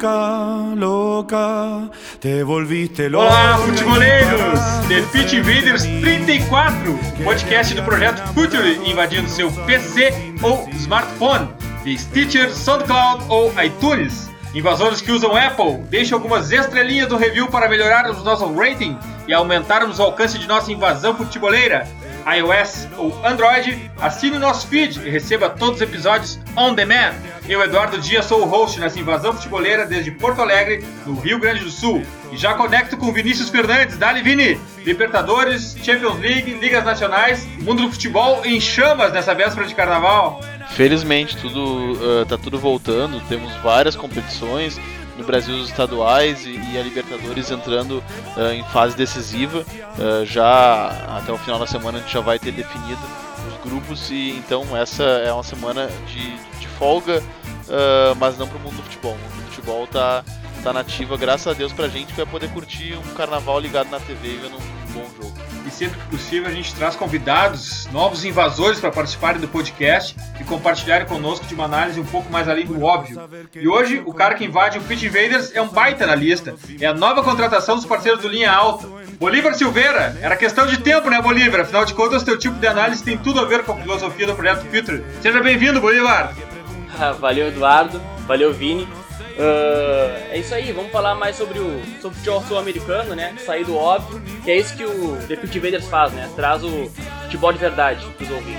loca, loca, te volviste loca. Olá, futeboleiros! The Pitch Invaders 34, podcast do projeto Future, invadindo seu PC ou smartphone, de Stitcher, SoundCloud ou iTunes. Invasores que usam Apple, deixem algumas estrelinhas no review para melhorarmos nosso rating e aumentarmos o alcance de nossa invasão futeboleira. iOS ou Android, assine o nosso feed e receba todos os episódios on demand. Eu, Eduardo Dias, sou o host nessa invasão futeboleira desde Porto Alegre, no Rio Grande do Sul. E já conecto com Vinícius Fernandes. Dali, Vini! Libertadores, Champions League, Ligas Nacionais, mundo do futebol em chamas nessa véspera de carnaval. Felizmente, tá tudo voltando, temos várias competições. No Brasil, os estaduais e a Libertadores entrando em fase decisiva. Já até o final da semana a gente já vai ter definido os grupos, e então essa é uma semana de folga, mas não para o mundo do futebol. O mundo do futebol tá nativa, graças a Deus, pra gente, que vai poder curtir um carnaval ligado na TV e vendo um bom jogo. E sempre que possível a gente traz convidados, novos invasores para participarem do podcast e compartilharem conosco de uma análise um pouco mais além do óbvio. E hoje o cara que invade o Pitch Invaders é um baita na lista. É a nova contratação dos parceiros do Linha Alta. Bolívar Silveira, era questão de tempo, né, Bolívar? Afinal de contas, teu tipo de análise tem tudo a ver com a filosofia do projeto Future. Seja bem-vindo, Bolívar! Valeu, Eduardo. Valeu, Vini. É isso aí, vamos falar mais sobre o futebol sul-americano, né? Sair do óbvio, que é isso que o The Pitch Invaders faz, né? Traz o futebol de verdade pros ouvintes.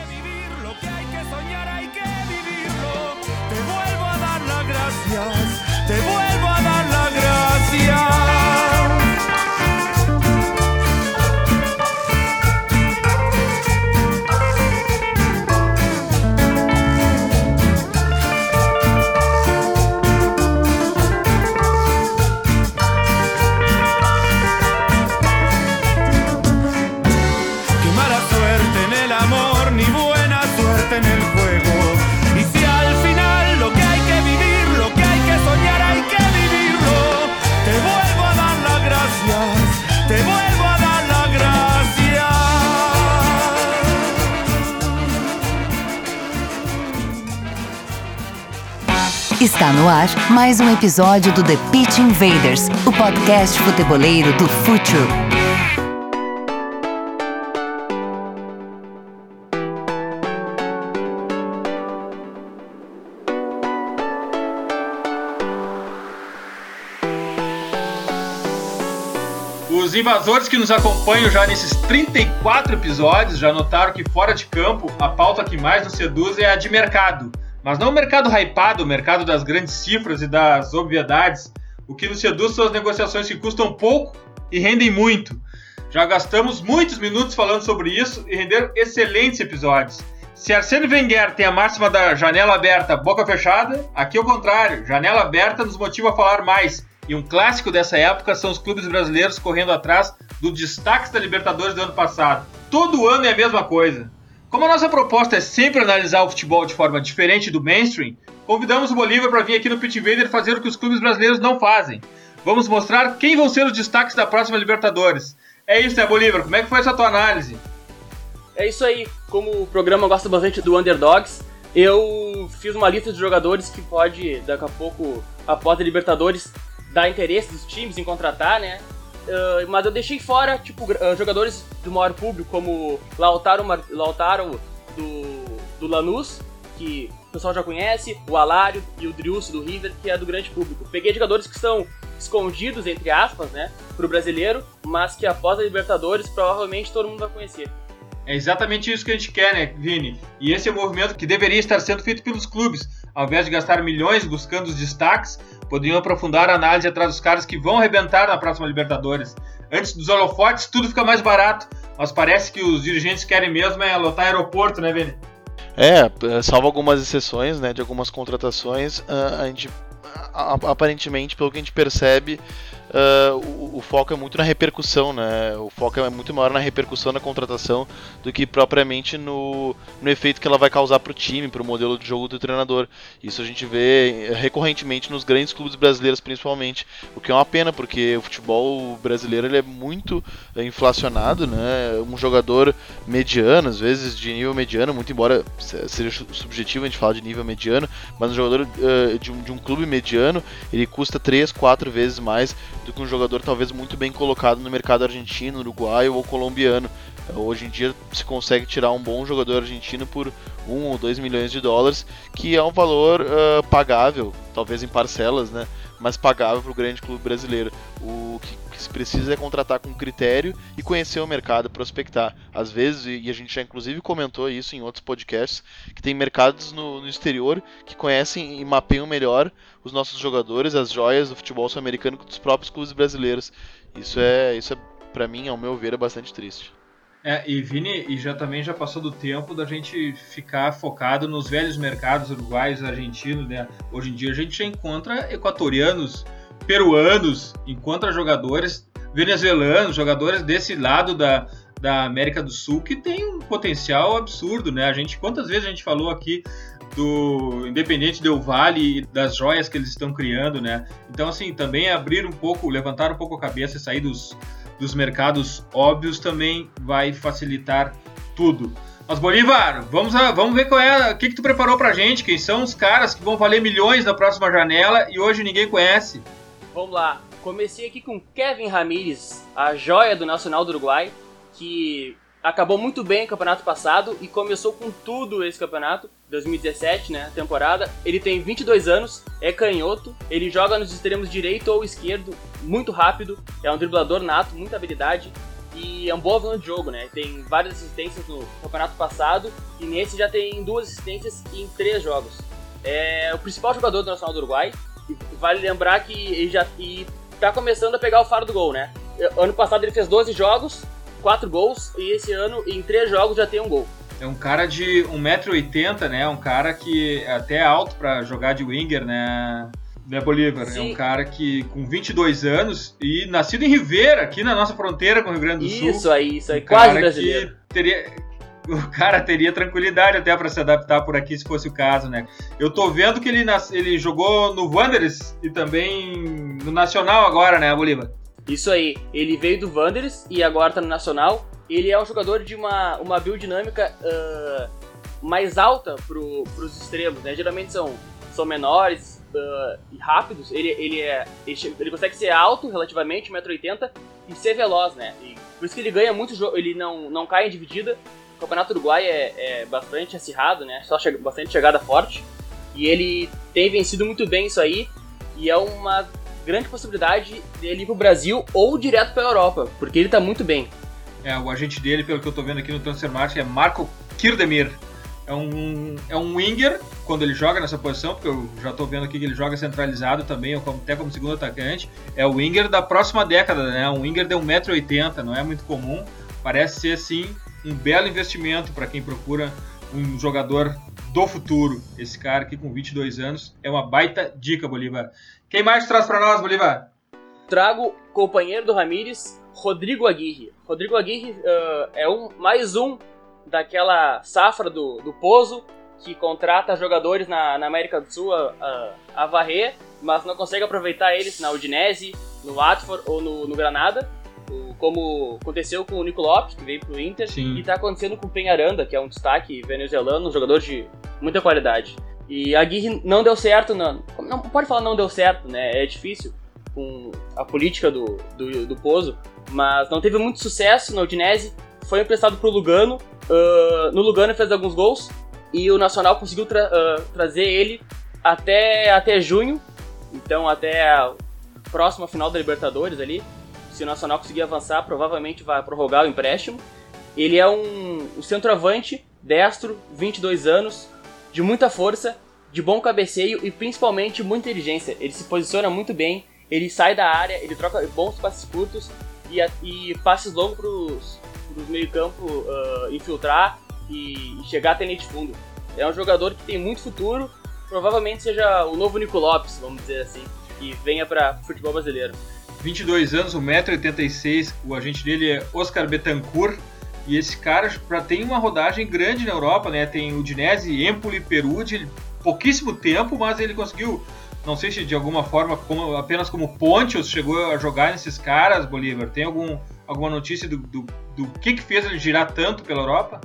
Está no ar mais um episódio do The Pitch Invaders, o podcast futeboleiro do Future. Os invasores que nos acompanham já nesses 34 episódios já notaram que fora de campo a pauta que mais nos seduz é a de mercado. Mas não o mercado hypado, o mercado das grandes cifras e das obviedades. O que nos seduz são as negociações que custam pouco e rendem muito. Já gastamos muitos minutos falando sobre isso e renderam excelentes episódios. Se Arsène Wenger tem a máxima da janela aberta, boca fechada, aqui é o contrário. Janela aberta nos motiva a falar mais. E um clássico dessa época são os clubes brasileiros correndo atrás dos destaques da Libertadores do ano passado. Todo ano é a mesma coisa. Como a nossa proposta é sempre analisar o futebol de forma diferente do mainstream, convidamos o Bolívar para vir aqui no Pitch Invader fazer o que os clubes brasileiros não fazem. Vamos mostrar quem vão ser os destaques da próxima Libertadores. É isso, né, Bolívar? Como é que foi essa tua análise? É isso aí. Como o programa gosta bastante do Underdogs, eu fiz uma lista de jogadores que pode, daqui a pouco, após a Libertadores, dar interesse dos times em contratar, né? Mas eu deixei fora, jogadores do maior público, como Lautaro do Lanús, que o pessoal já conhece, o Alário e o Driussi do River, que é do grande público. Peguei jogadores que estão escondidos, entre aspas, né, pro brasileiro, mas que após a Libertadores provavelmente todo mundo vai conhecer. É exatamente isso que a gente quer, né, Vini? E esse é o movimento que deveria estar sendo feito pelos clubes. Ao invés de gastar milhões buscando os destaques, poderiam aprofundar a análise atrás dos caras que vão arrebentar na próxima Libertadores. Antes dos holofotes, tudo fica mais barato, mas parece que os dirigentes querem mesmo lotar aeroporto, né, Vini? Salvo algumas exceções, né, de algumas contratações, a gente, aparentemente, pelo que a gente percebe, o foco é muito na repercussão, né? O foco é muito maior na repercussão da contratação do que propriamente no efeito que ela vai causar para o time, para o modelo de jogo do treinador. Isso a gente vê recorrentemente nos grandes clubes brasileiros, principalmente, o que é uma pena, porque o futebol brasileiro ele é muito inflacionado, né? Um jogador mediano, às vezes de nível mediano, muito embora seja subjetivo a gente falar de nível mediano, mas um jogador de um clube mediano, ele custa 3, 4 vezes mais do que um jogador talvez muito bem colocado no mercado argentino, uruguaio ou colombiano. Hoje em dia se consegue tirar um bom jogador argentino por 1 ou 2 milhões de dólares, que é um valor pagável, talvez em parcelas, né? Mas pagável para o grande clube brasileiro. O que se precisa é contratar com critério e conhecer o mercado, prospectar. Às vezes, e a gente já inclusive comentou isso em outros podcasts, que tem mercados no exterior que conhecem e mapeiam melhor os nossos jogadores, as joias do futebol sul-americano, que dos próprios clubes brasileiros. Isso é para mim, ao meu ver, é bastante triste. E Vini, também já passou do tempo da gente ficar focado nos velhos mercados uruguaios, argentinos, né? Hoje em dia a gente já encontra equatorianos, peruanos, encontra jogadores venezuelanos, jogadores desse lado da América do Sul que tem um potencial absurdo, né? Quantas vezes a gente falou aqui do Independiente Del Valle e das joias que eles estão criando, né? Então, assim, também levantar um pouco a cabeça e sair dos mercados óbvios também vai facilitar tudo. Mas, Bolívar, vamos ver o que tu preparou pra gente, quem são os caras que vão valer milhões na próxima janela e hoje ninguém conhece. Vamos lá, comecei aqui com Kevin Ramírez, a joia do Nacional do Uruguai, que acabou muito bem o campeonato passado e começou com tudo esse campeonato, 2017, né, temporada. Ele tem 22 anos, é canhoto, ele joga nos extremos direito ou esquerdo, muito rápido, é um driblador nato, muita habilidade e é um bom vilão de jogo, né. Tem várias assistências no campeonato passado e nesse já tem 2 assistências em 3 jogos. É o principal jogador do Nacional do Uruguai e vale lembrar que ele já tá começando a pegar o faro do gol, né. Ano passado ele fez 12 jogos, 4 gols, e esse ano, em 3 jogos, já tem um gol. É um cara de 1,80 m, né? Um cara que é até alto para jogar de winger, né, Bolívar? Sim. É um cara que, com 22 anos, e nascido em Rivera, aqui na nossa fronteira com o Rio Grande do Sul. Isso aí, quase brasileiro. O cara teria tranquilidade até para se adaptar por aqui, se fosse o caso, né? Eu tô vendo que ele jogou no Wanderers e também no Nacional agora, né, Bolívar? Isso aí, ele veio do Wanderers e agora tá no Nacional. Ele é um jogador de uma biodinâmica mais alta pros extremos, né? Geralmente são menores e rápidos. Ele consegue ser alto relativamente, 1,80 m, e ser veloz, né? E por isso que ele ganha muito jogo, ele não cai em dividida. O Campeonato Uruguai é bastante acirrado, né? Só bastante chegada forte. E ele tem vencido muito bem isso aí, e é uma grande possibilidade dele ir pro Brasil ou direto pra Europa, porque ele tá muito bem. O agente dele, pelo que eu tô vendo aqui no Transfermarkt, é Marco Kirdemir. É um winger, quando ele joga nessa posição, porque eu já tô vendo aqui que ele joga centralizado também, até como segundo atacante. É o winger da próxima década, né? Um winger de 1,80 m, não é muito comum. Parece ser, sim, um belo investimento para quem procura um jogador do futuro. Esse cara aqui com 22 anos é uma baita dica, Bolívar. Quem mais traz para nós, Bolívar? Trago companheiro do Ramírez, Rodrigo Aguirre. Rodrigo Aguirre é mais um daquela safra do Pozo, que contrata jogadores na América do Sul a varrer, mas não consegue aproveitar eles na Udinese, no Watford ou no Granada, como aconteceu com o Nico Lopes, que veio pro Inter. Sim. E está acontecendo com o Peñaranda, que é um destaque venezuelano, um jogador de muita qualidade. E a Aguirre não deu certo, não pode falar não deu certo, né? É difícil com a política do Pozo, mas não teve muito sucesso na Udinese, foi emprestado pro Lugano, no Lugano fez alguns gols, e o Nacional conseguiu trazer ele até junho, então até a próxima final da Libertadores ali. Se o Nacional conseguir avançar, provavelmente vai prorrogar o empréstimo. Ele é um centroavante, destro, 22 anos, de muita força, de bom cabeceio e principalmente muita inteligência. Ele se posiciona muito bem, ele sai da área, ele troca bons passes curtos e passes longos pros meio-campo infiltrar e chegar até linha de fundo. É um jogador que tem muito futuro, provavelmente seja o novo Nico Lopes, vamos dizer assim, que venha para o futebol brasileiro. 22 anos, 1,86 m, o agente dele é Oscar Betancourt, e esse cara já tem uma rodagem grande na Europa, né? Tem Udinese, Empoli, Perugia, pouquíssimo tempo, mas ele conseguiu, não sei se de alguma forma, apenas como ponte, ou se chegou a jogar nesses caras, Bolívar. Tem alguma notícia do que fez ele girar tanto pela Europa?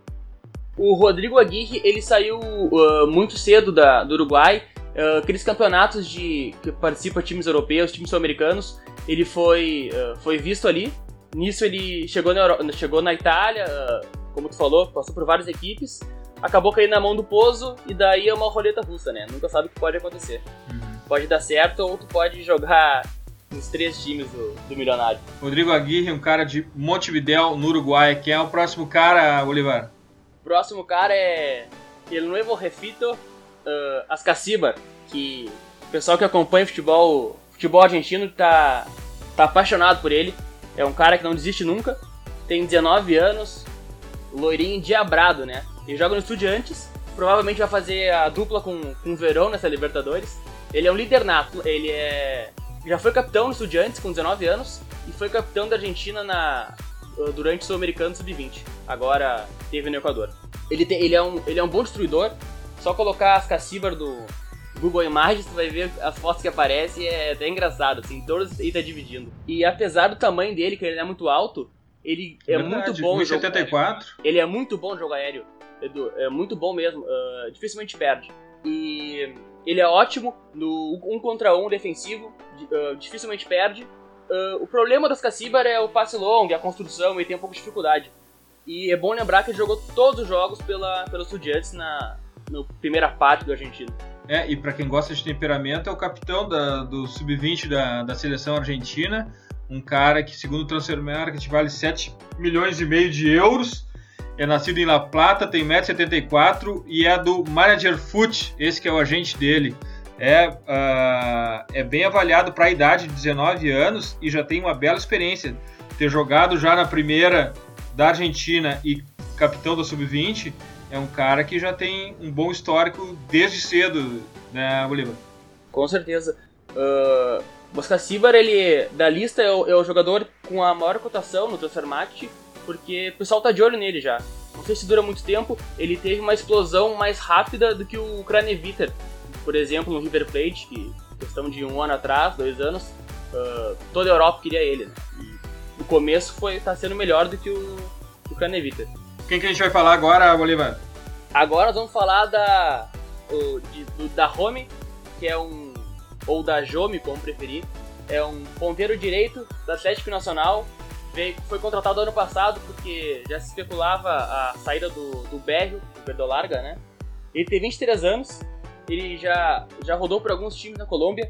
O Rodrigo Aguirre, ele saiu muito cedo do Uruguai. Aqueles campeonatos que participam times europeus, times sul-americanos, ele foi visto ali. Nisso ele chegou na Itália, como tu falou, passou por várias equipes, acabou caindo na mão do Pozo, e daí é uma roleta russa, né? Nunca sabe o que pode acontecer. Pode dar certo, ou tu pode jogar nos 3 times do Milionário. Rodrigo Aguirre, um cara de Montevidéu, no Uruguai. Quem é o próximo cara, Olivar? O próximo cara é El Nuevo Refito Ascacíbar, que o pessoal que acompanha futebol argentino tá apaixonado por ele. É um cara que não desiste nunca, tem 19 anos, loirinho endiabrado, né? Ele joga no Estudiantes, provavelmente vai fazer a dupla com o Verón nessa Libertadores. Ele é um líder nato, já foi capitão no Estudiantes com 19 anos e foi capitão da Argentina durante o Sul-Americano Sub-20. Agora teve no Equador. Ele é um bom destruidor, só colocar as Ascacíbar do Google Imagens, tu vai ver as fotos que aparecem, é até engraçado, assim, todos ele tá dividindo. E apesar do tamanho dele, que ele não é muito alto, ele é muito bom em jogo aéreo. Ele é muito bom no jogo aéreo, Edu, é muito bom mesmo, dificilmente perde. E ele é ótimo no 1 contra 1 defensivo, dificilmente perde. O problema das Ascacíbar é o passe longo, a construção, ele tem um pouco de dificuldade. E é bom lembrar que ele jogou todos os jogos pelo Estudiantes na primeira parte do argentino. E para quem gosta de temperamento, é o capitão do Sub-20 da seleção argentina, um cara que, segundo o Transfer Market, vale 7,5 milhões de euros, é nascido em La Plata, tem 1,74 m e é do Manager Foot, esse que é o agente dele. É bem avaliado para a idade de 19 anos e já tem uma bela experiência. Ter jogado já na primeira da Argentina e capitão da Sub-20, é um cara que já tem um bom histórico desde cedo, né, Bolívar? Com certeza. O Ascacíbar, ele, da lista, é o jogador com a maior cotação no Transfermarkt, porque o pessoal tá de olho nele já. Não sei se dura muito tempo, ele teve uma explosão mais rápida do que o Craneviter, por exemplo, no River Plate, que questão de 1 ano atrás, 2 anos, toda a Europa queria ele, né? E o começo tá sendo melhor do que o Craneviter. Quem que a gente vai falar agora, Bolívar? Agora nós vamos falar da Home, que é ou da Jome, como preferir. É um ponteiro direito do Atlético Nacional. Foi contratado ano passado porque já se especulava a saída do Berrio, do Verdolarga, né? Ele tem 23 anos, ele já rodou por alguns times na Colômbia,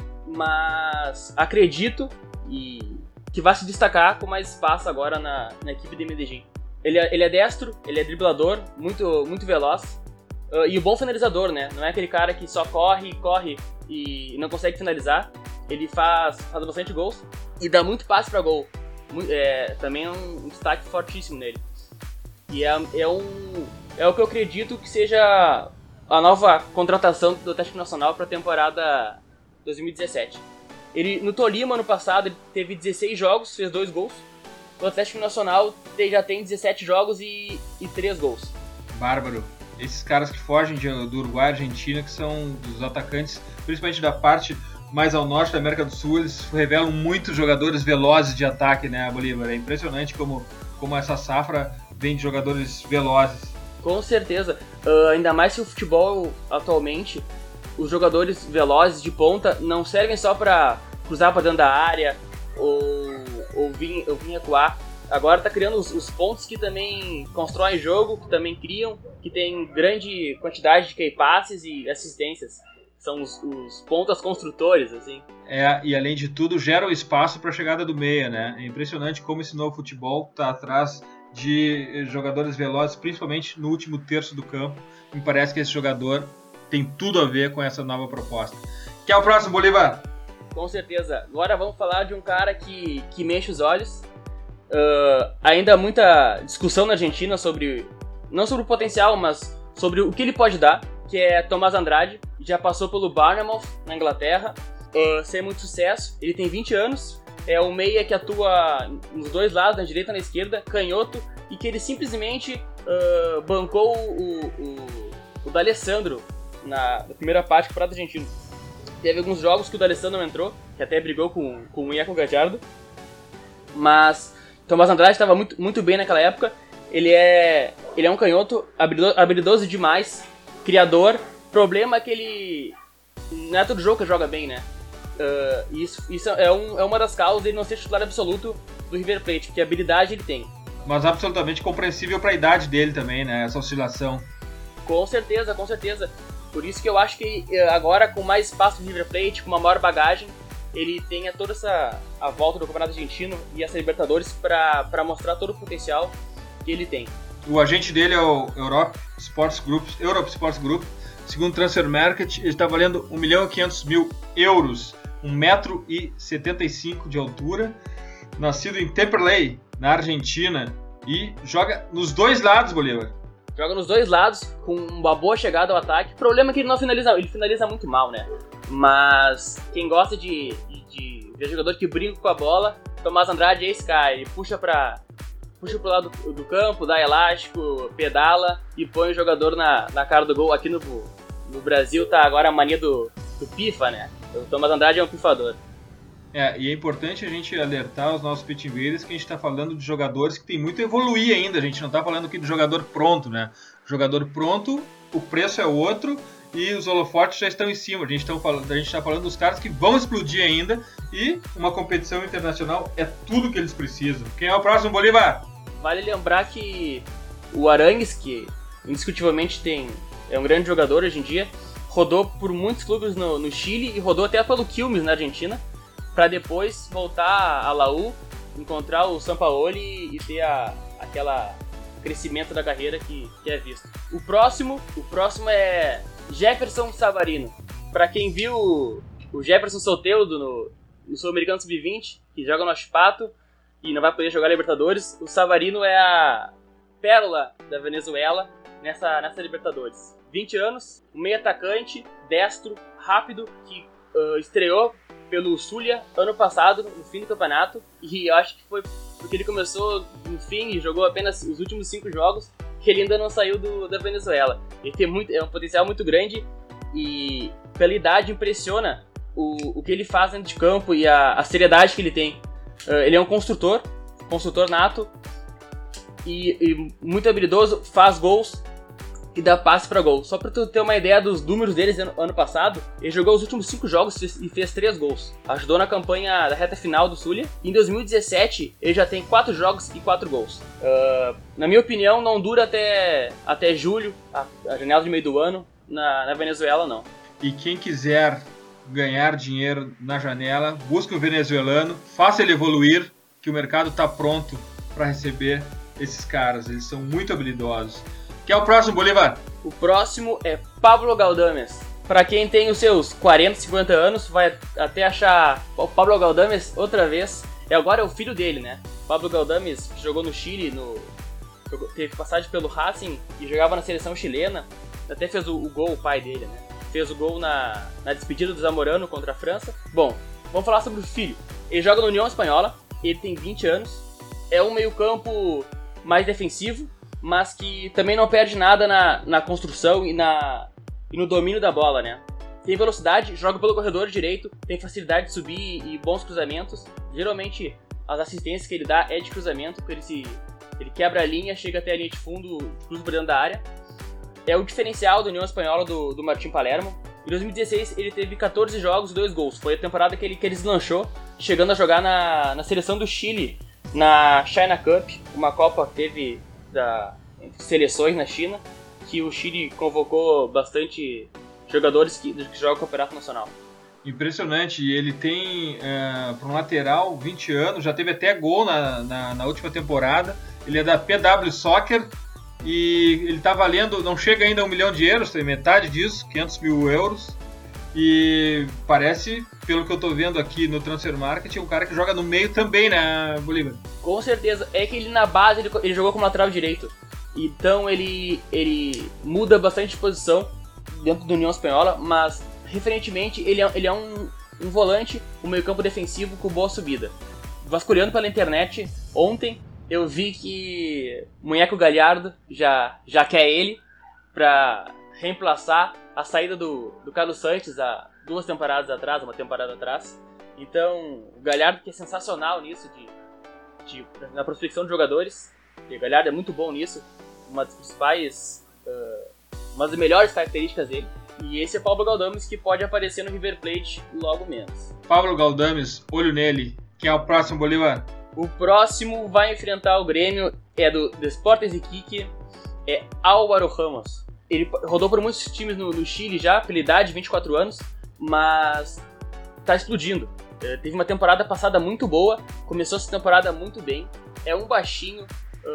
mas acredito que vai se destacar com mais espaço agora na equipe de Medellín. Ele é destro, ele é driblador, muito, muito veloz, e um bom finalizador, né? Não é aquele cara que só corre e não consegue finalizar. Ele faz bastante gols e dá muito passe para gol. Também é um destaque fortíssimo nele. E é o que eu acredito que seja a nova contratação do Atlético Nacional para a temporada 2017. Ele, no Tolima, ano passado, ele teve 16 jogos, fez 2 gols. O Atlético Nacional já tem 17 jogos e 3 gols. Bárbaro. Esses caras que fogem do Uruguai e Argentina, que são dos atacantes, principalmente da parte mais ao norte da América do Sul, eles revelam muitos jogadores velozes de ataque, né, Bolívar? É impressionante como essa safra vem de jogadores velozes. Com certeza. Ainda mais que o futebol, atualmente, os jogadores velozes de ponta não servem só para cruzar para dentro da área ou vir ecoar. Agora tá criando os pontos que também constroem jogo, que também criam, que tem grande quantidade de key passes e assistências. São os pontas construtores, assim. E além de tudo, gera o espaço para a chegada do meia, né? É impressionante como esse novo futebol tá atrás de jogadores velozes, principalmente no último terço do campo. Me parece que esse jogador tem tudo a ver com essa nova proposta. Quem é o próximo, Bolívar? Com certeza. Agora vamos falar de um cara que mexe os olhos. Ainda há muita discussão na Argentina não sobre o potencial, mas sobre o que ele pode dar, que é Tomás Andrade. Já passou pelo Bournemouth, na Inglaterra, sem muito sucesso. Ele tem 20 anos, é um meia que atua nos dois lados, na direita e na esquerda, canhoto, e que ele simplesmente bancou o D'Alessandro na primeira parte do Campeonato Argentino. Teve alguns jogos que o D'Alessandro não entrou, que até brigou com o Iaco Gadiardo, mas Tomás Andrade estava muito, muito bem naquela época. Ele é um canhoto, habilidoso demais, criador. Problema é que ele não é todo jogo que joga bem, né? Isso é uma das causas dele não ser titular absoluto do River Plate, porque habilidade ele tem. Mas absolutamente compreensível para a idade dele também, né? Essa oscilação. Com certeza, com certeza. Por isso que eu acho que agora, com mais espaço no River Plate, com uma maior bagagem, ele tenha toda a volta do Campeonato Argentino e essa Libertadores para mostrar todo o potencial que ele tem. O agente dele é o Europe Sports Group. Segundo o Transfer Market, ele está valendo 1.500.000 euros, 1,75 m de altura, nascido em Temperley, na Argentina, e joga nos dois lados, Bolívar. Joga nos dois lados, com uma boa chegada ao ataque. O problema é que ele não finaliza, ele finaliza muito mal, né? Mas quem gosta de ver jogador que brinca com a bola, Tomás Andrade é esse cara. Ele puxa pro lado do campo, dá elástico, pedala e põe o jogador na cara do gol. Aqui no Brasil tá agora a mania do pifa, né? O Tomás Andrade é um pifador. E é importante a gente alertar os nossos pitch invaders que a gente está falando de jogadores que tem muito a evoluir ainda. A gente não está falando aqui do jogador pronto, né? Jogador pronto, o preço é outro e os holofotes já estão em cima. A gente está falando dos caras que vão explodir ainda e uma competição internacional é tudo que eles precisam. Quem é o próximo, Bolívar? Vale lembrar que o Arangues, que indiscutivelmente é um grande jogador hoje em dia, rodou por muitos clubes no Chile e rodou até pelo Quilmes na Argentina, para depois voltar a Laú, encontrar o Sampaoli e ter aquela crescimento da carreira que é visto. O próximo é Jefferson Savarino. Para quem viu o Jefferson Soteldo no Sul-Americano Sub-20, que joga no Achipato e não vai poder jogar Libertadores, o Savarino é a pérola da Venezuela nessa Libertadores. 20 anos, um meio atacante, destro, rápido, que estreou pelo Zulia ano passado, no fim do campeonato, e eu acho que foi porque ele começou no fim e jogou apenas os últimos 5 jogos, que ele ainda não saiu da Venezuela. Ele tem um potencial muito grande e pela idade impressiona o que ele faz dentro de campo e a seriedade que ele tem. Ele é um construtor nato e muito habilidoso, faz gols e dá passe para gol. Só para tu ter uma ideia dos números deles ano passado, ele jogou os últimos 5 jogos e fez 3 gols. Ajudou na campanha da reta final do Zulia. Em 2017, ele já tem 4 jogos e 4 gols. Na minha opinião, não dura até julho, a janela de meio do ano, na Venezuela não. E quem quiser ganhar dinheiro na janela, busque um venezuelano, faça ele evoluir, que o mercado está pronto para receber esses caras. Eles são muito habilidosos. Quem é o próximo, Bolívar? O próximo é Pablo Galdames. Para quem tem os seus 40, 50 anos, vai até achar o Pablo Galdames outra vez. Agora é o filho dele, né? Pablo Galdames jogou no Chile, teve passagem pelo Racing e jogava na seleção chilena. Até fez o gol, o pai dele, né? Fez o gol na despedida do Zamorano contra a França. Bom, vamos falar sobre o filho. Ele joga na União Espanhola, ele tem 20 anos. É um meio-campo mais defensivo, mas que também não perde nada na construção e no domínio da bola, né? Tem velocidade, joga pelo corredor direito, tem facilidade de subir e bons cruzamentos. Geralmente as assistências que ele dá é de cruzamento, porque ele quebra a linha, chega até a linha de fundo, cruza por dentro da área. É o diferencial da União Espanhola do Martín Palermo. Em 2016 ele teve 14 jogos e 2 gols. Foi a temporada que ele deslanchou, chegando a jogar na seleção do Chile, na China Cup, uma Copa que teve entre seleções na China, que o Chile convocou bastante jogadores que jogam o Campeonato Nacional. Impressionante, e ele tem, para um lateral, 20 anos, já teve até gol na última temporada. Ele é da PW Soccer e ele está valendo, não chega ainda a 1 milhão de euros, tem metade disso, 500 mil euros. E parece, pelo que eu estou vendo aqui no Transfer Market, um cara que joga no meio também, né, Bolívar? Com certeza, é que ele na base ele jogou como lateral direito. Então ele muda bastante de posição dentro da União Espanhola, mas referentemente ele é um volante, um meio campo defensivo com boa subida. Vasculhando pela internet, ontem eu vi que o Munheco Galhardo já quer ele para reemplaçar a saída do Carlos Sanches há 2 temporadas atrás, uma temporada atrás. Então, o Galhardo, que é sensacional nisso, na prospecção de jogadores, o Galhardo é muito bom nisso, uma das principais, uma das melhores características dele. E esse é Pablo Galdames, que pode aparecer no River Plate logo menos. Pablo Galdames, olho nele. Quem é o próximo, Bolívar? O próximo vai enfrentar o Grêmio, é do Deportes Iquique, é Álvaro Ramos. Ele rodou por muitos times no Chile já, pela idade, 24 anos, mas tá explodindo. Teve uma temporada passada muito boa, começou essa temporada muito bem. É um baixinho,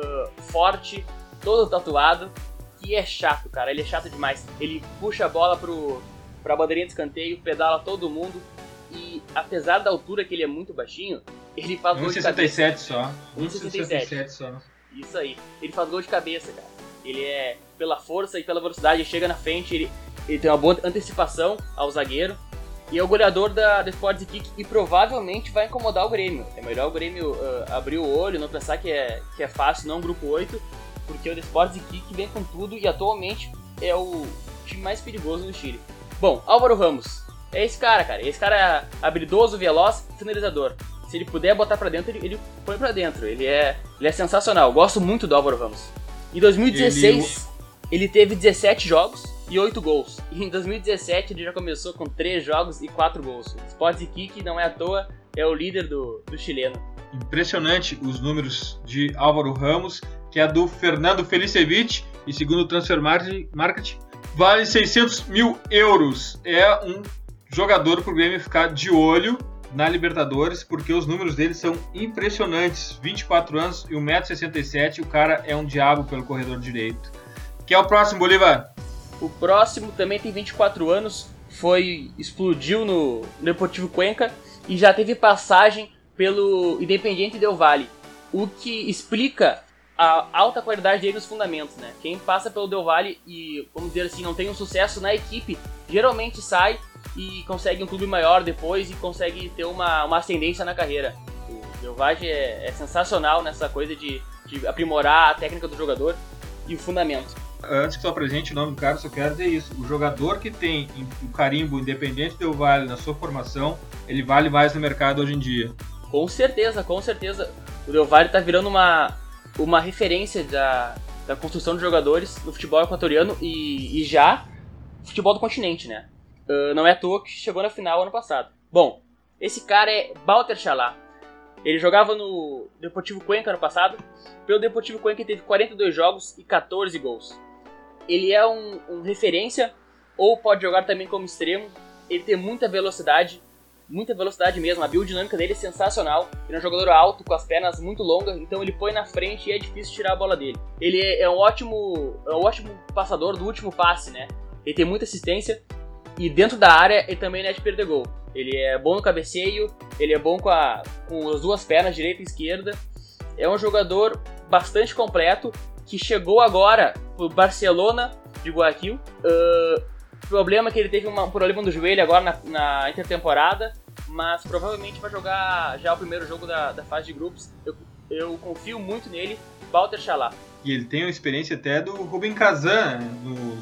forte, todo tatuado, que é chato, cara. Ele é chato demais. Ele puxa a bola pra bandeirinha de escanteio, pedala todo mundo. E apesar da altura que ele é muito baixinho, ele faz gol de cabeça. 1,67 só. 1,67 só. Isso aí. Ele faz gol de cabeça, cara. Ele é, pela força e pela velocidade, ele chega na frente, ele tem uma boa antecipação ao zagueiro. E é o goleador da Sports Iquique e provavelmente vai incomodar o Grêmio. É melhor o Grêmio abrir o olho, não pensar que é fácil, não grupo 8, porque o Sports Iquique vem com tudo e atualmente é o time mais perigoso do Chile. Bom, Álvaro Ramos. É esse cara, cara. Esse cara é habilidoso, veloz, finalizador. Se ele puder botar pra dentro, ele põe pra dentro. Ele é sensacional. Eu gosto muito do Álvaro Ramos. Em 2016, ele teve 17 jogos e 8 gols. E em 2017, ele já começou com 3 jogos e 4 gols. O Sports Iquique, não é à toa, é o líder do chileno. Impressionante os números de Álvaro Ramos, que é do Fernando Felicevic, e segundo o Transfer Market, vale 600 mil euros. É um jogador pro Grêmio ficar de olho na Libertadores, porque os números dele são impressionantes. 24 anos e 1,67 m, o cara é um diabo pelo corredor direito. Quem é o próximo, Bolívar? O próximo também tem 24 anos, explodiu no Deportivo Cuenca e já teve passagem pelo Independiente Del Valle, o que explica a alta qualidade dele nos fundamentos, né? Quem passa pelo Del Valle e, vamos dizer assim, não tem um sucesso na equipe, geralmente sai e consegue um clube maior depois e consegue ter uma ascendência na carreira. O Del Valle é sensacional nessa coisa de aprimorar a técnica do jogador e o fundamento. Antes que tu apresente o nome do cara, só quero dizer isso. O jogador que tem o carimbo Independente Del Valle na sua formação, ele vale mais no mercado hoje em dia. Com certeza, com certeza. O Del Valle tá virando uma referência da construção de jogadores no futebol equatoriano e já futebol do continente, né? Não é à toa que chegou na final ano passado. Bom, esse cara é Walter Chalá. Ele jogava no Deportivo Cuenca ano passado. Pelo Deportivo Cuenca ele teve 42 jogos e 14 gols. Ele é um referência, ou pode jogar também como extremo. Ele tem muita velocidade mesmo. A biodinâmica dele é sensacional. Ele é um jogador alto, com as pernas muito longas, então ele põe na frente e é difícil tirar a bola dele. Ele é um ótimo passador do último passe, né? Ele tem muita assistência e dentro da área ele também não é de perder gol. Ele é bom no cabeceio, ele é bom com as duas pernas, direita e esquerda. É um jogador bastante completo que chegou agora pro Barcelona de Guayaquil. O problema é que ele teve um problema no joelho agora na intertemporada, mas provavelmente vai jogar já o primeiro jogo da fase de grupos. Eu confio muito nele, Walter Chalá. E ele tem uma experiência até do Rubem Kazan, né?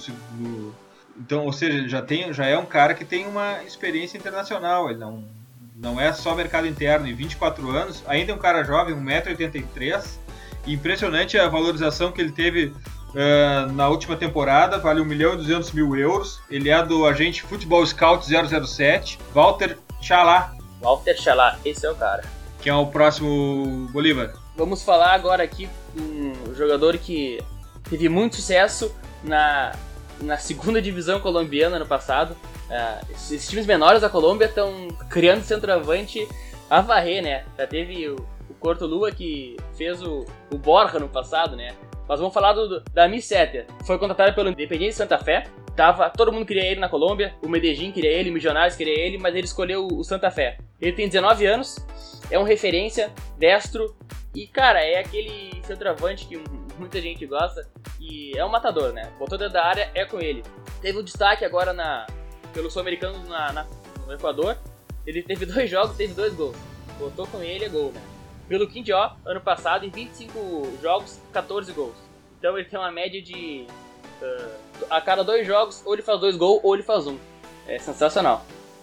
Então, ou seja, já é um cara que tem uma experiência internacional. Ele não é só mercado interno. Em 24 anos, ainda é um cara jovem, 1,83 m. Impressionante a valorização que ele teve na última temporada, vale 1.200.000 euros. Ele é do agente Futebol Scout 007, Walter Chalá. Walter Chalá, esse é o cara. Quem é o próximo, Bolívar? Vamos falar agora aqui um jogador que teve muito sucesso na segunda divisão colombiana ano passado. Esses times menores da Colômbia estão criando centroavante a varrer, né? Já teve o Cortolua que fez o Borja no passado, né? Mas vamos falar da Miseter. Foi contratado pelo Independiente Santa Fé. Todo mundo queria ele na Colômbia. O Medellín queria ele, o Milionários queria ele, mas ele escolheu o Santa Fé. Ele tem 19 anos, é um referência, destro. E, cara, é aquele centroavante que muita gente gosta. E é um matador, né? Botou dentro da área, é com ele. Teve um destaque agora pelo Sul-Americano no Equador. Ele teve 2 jogos, teve 2 gols. Botou com ele, é gol, né? Pelo Quindió, ano passado, em 25 jogos, 14 gols. Então ele tem uma média de... a cada 2 jogos, ou ele faz 2 gols, ou ele faz 1. É sensacional.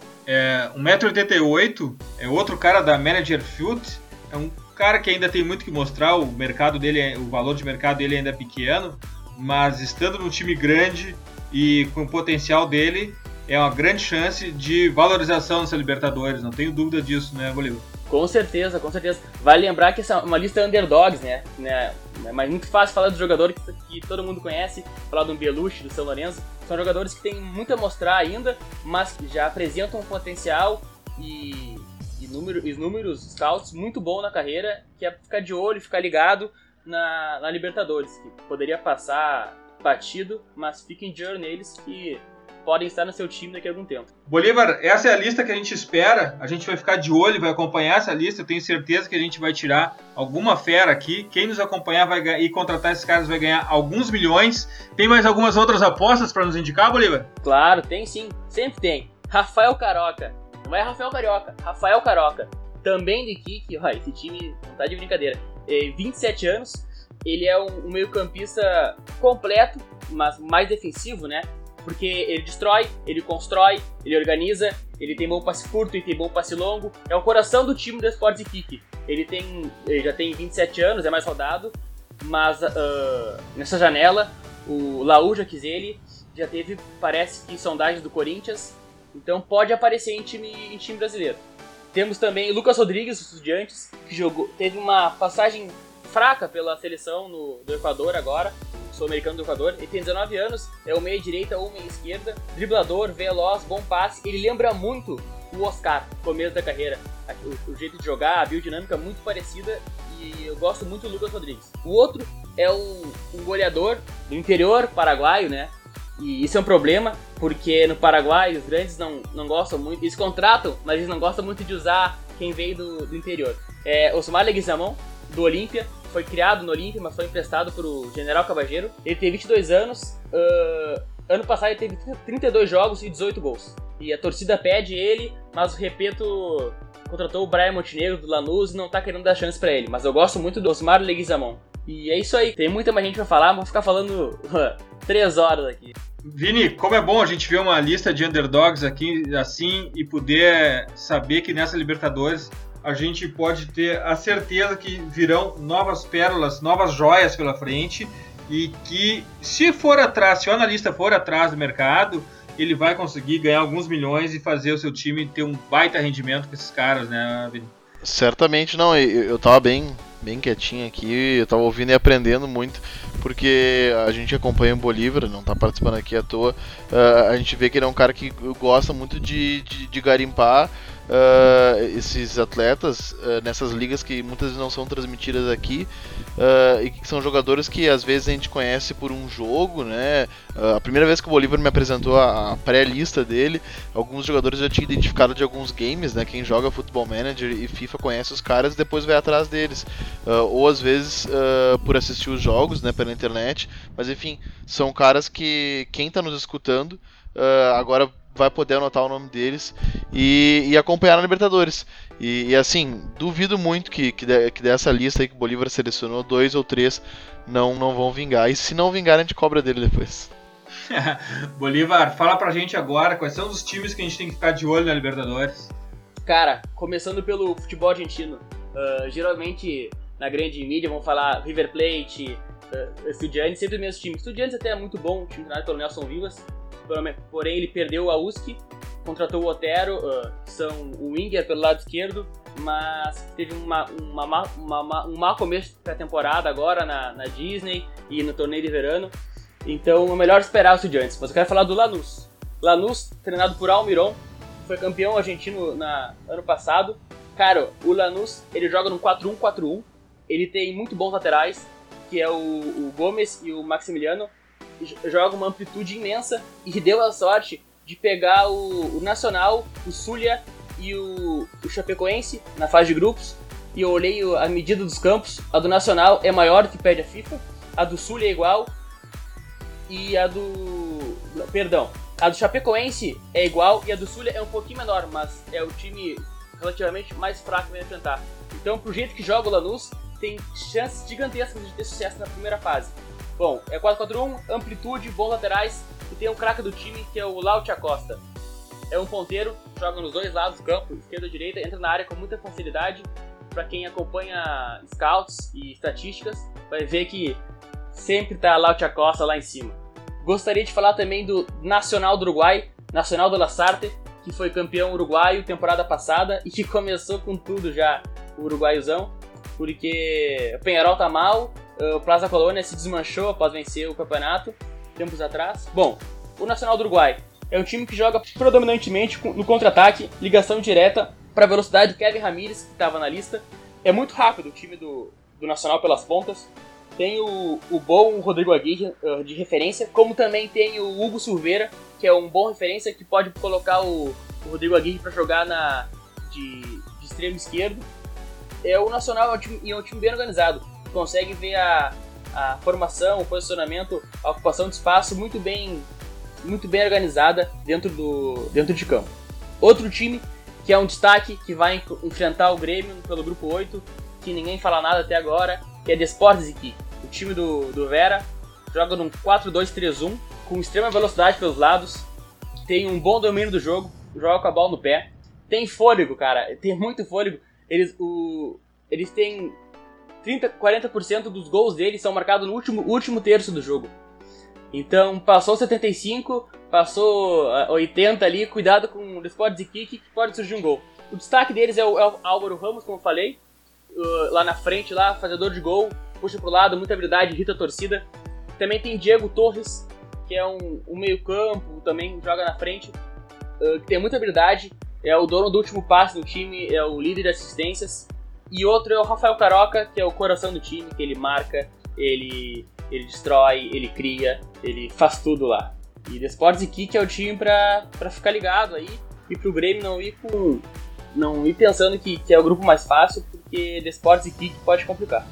1,88m, é outro cara da Manager Field. É um cara que ainda tem muito que mostrar, o mercado dele, o valor de mercado dele ainda é pequeno, mas estando num time grande e com o potencial dele, é uma grande chance de valorização nessa Libertadores, não tenho dúvida disso, né, Bolívar? Com certeza, com certeza. Vale lembrar que essa é uma lista underdogs, né? Mas muito fácil falar dos jogadores que todo mundo conhece, falar do Belushi, do São Lourenço. São jogadores que têm muito a mostrar ainda, mas que já apresentam um potencial e números scouts muito bom na carreira, que é ficar de olho, ficar ligado na Libertadores, que poderia passar batido, mas fiquem de olho neles que podem estar no seu time daqui a algum tempo. Bolívar, essa é a lista que a gente espera, a gente vai ficar de olho, vai acompanhar essa lista, eu tenho certeza que a gente vai tirar alguma fera aqui, quem nos acompanhar e contratar esses caras vai ganhar alguns milhões. Tem mais algumas outras apostas para nos indicar, Bolívar? Claro, tem sim, sempre tem. Rafael Caroca, não é Rafael Carioca, Rafael Caroca, também do Iquique, esse time não tá de brincadeira, 27 anos, ele é um meio-campista completo, mas mais defensivo, né? Porque ele destrói, ele constrói, ele organiza, ele tem bom passe curto e tem bom passe longo. É o coração do time do Sporting Iquique. Ele já tem 27 anos, é mais rodado, mas nessa janela o Laú já quis ele, já teve, parece que, sondagens do Corinthians, então pode aparecer em time brasileiro. Temos também Lucas Rodrigues, dos Estudiantes, que teve uma passagem fraca pela seleção do Equador agora, sul-americano do Equador. Ele tem 19 anos, é o meia-direita ou meia-esquerda, driblador, veloz, bom passe. Ele lembra muito o Oscar, no começo da carreira. O jeito de jogar, a biodinâmica muito parecida, e eu gosto muito do Lucas Rodrigues. O outro é um goleador do interior paraguaio, né? E isso é um problema, porque no Paraguai os grandes não gostam muito, eles contratam, mas eles não gostam muito de usar quem veio do interior. Osmar Leguizamón, do Olímpia, foi criado no Olímpia, mas foi emprestado pro General Cabageiro. Ele tem 22 anos, ano passado ele teve 32 jogos e 18 gols. E a torcida pede ele, mas o Repeto contratou o Brian Montenegro do Lanús e não tá querendo dar chance pra ele. Mas eu gosto muito do Osmar Leguizamón. E é isso aí, tem muita mais gente pra falar, mas vou ficar falando 3 horas aqui. Vini, como é bom a gente ver uma lista de underdogs aqui assim e poder saber que nessa Libertadores a gente pode ter a certeza que virão novas pérolas, novas joias pela frente, e que se o analista for atrás do mercado, ele vai conseguir ganhar alguns milhões e fazer o seu time ter um baita rendimento com esses caras, né, Vini? Certamente não, eu tava bem quietinho aqui, eu tava ouvindo e aprendendo muito, porque a gente acompanha o Bolívar, não tá participando aqui à toa, a gente vê que ele é um cara que gosta muito de garimpar esses atletas nessas ligas que muitas vezes não são transmitidas aqui, e que são jogadores que às vezes a gente conhece por um jogo, né? A primeira vez que o Bolívar me apresentou a pré-lista dele, alguns jogadores eu já tinha identificado de alguns games, né? Quem joga Football Manager e FIFA conhece os caras e depois vai atrás deles, ou às vezes por assistir os jogos, né, pela internet, mas enfim, são caras que quem está nos escutando agora vai poder anotar o nome deles e acompanhar na Libertadores. E assim, duvido muito que dessa lista aí que o Bolívar selecionou, 2 ou 3 não vão vingar. E se não vingar, a gente cobra dele depois. Bolívar, fala pra gente agora quais são os times que a gente tem que ficar de olho na Libertadores. Cara, começando pelo futebol argentino. Geralmente, na grande mídia, vão falar River Plate, Estudiantes, sempre o mesmo time. Estudiantes até é muito bom, o time treinado pelo Nelson Vivas. Porém, ele perdeu a USC, contratou o Otero, que são o winger pelo lado esquerdo, mas teve um mau começo da temporada agora na Disney e no torneio de verano. Então é melhor esperar os Estudiantes. Mas eu quero falar do Lanús. Lanús, treinado por Almirón, foi campeão argentino ano passado. Cara, o Lanús, ele joga no 4-1-4-1, ele tem muito bons laterais, que é o Gomes e o Maximiliano. Joga uma amplitude imensa e deu a sorte de pegar o Nacional, o Zulia e o Chapecoense na fase de grupos. E eu olhei a medida dos campos, a do Nacional é maior do que pede a FIFA, a do Zulia é igual, e a do... Perdão, A do Chapecoense é igual e a do Zulia é um pouquinho menor, mas é o time relativamente mais fraco para enfrentar. Então, pro jeito que joga o Lanús, tem chances gigantescas de ter sucesso na primeira fase. Bom, é 4-4-1, amplitude, bons laterais, e tem um craque do time que é o Laute Acosta. É um ponteiro, joga nos dois lados do campo, esquerda e direita, entra na área com muita facilidade. Para quem acompanha scouts e estatísticas, vai ver que sempre tá Laute Acosta lá em cima. Gostaria de falar também do Nacional do Uruguai, Nacional do Lasarte, que foi campeão uruguaio temporada passada e que começou com tudo já, o uruguaiozão, porque o Peñarol tá mal, o Plaza Colônia se desmanchou após vencer o campeonato tempos atrás. Bom, o Nacional do Uruguai é um time que joga predominantemente no contra-ataque, ligação direta para a velocidade do Kevin Ramírez, que estava na lista. É muito rápido o time do Nacional pelas pontas. Tem o bom Rodrigo Aguirre de referência, como também tem o Hugo Silveira, que é um bom referência que pode colocar o Rodrigo Aguirre para jogar de extremo esquerdo. O Nacional é um time bem organizado, consegue ver a formação, o posicionamento, a ocupação de espaço muito bem organizada dentro de campo. Outro time que é um destaque, que vai enfrentar o Grêmio pelo grupo 8, que ninguém fala nada até agora, que é Desportes Iquique. O time do Vera joga num 4-2-3-1, com extrema velocidade pelos lados, tem um bom domínio do jogo, joga com a bola no pé, tem fôlego, cara, tem muito fôlego. Eles têm 40% dos gols deles são marcados no último terço do jogo. Então, passou 75, passou 80 ali, cuidado com o Desportes Iquique, que pode surgir um gol. O destaque deles é o Álvaro Ramos, como eu falei, lá na frente, fazedor de gol, puxa pro lado, muita habilidade, irrita a torcida. Também tem Diego Torres, que é um meio campo, também joga na frente, que tem muita habilidade, é o dono do último passe no time, é o líder de assistências. E outro é o Rafael Caroca, que é o coração do time, que ele marca, ele destrói, ele cria, ele faz tudo lá. E Desportes Iquique é o time pra ficar ligado aí, e pro Grêmio não ir pensando que é o grupo mais fácil, porque Desportes Iquique pode complicar.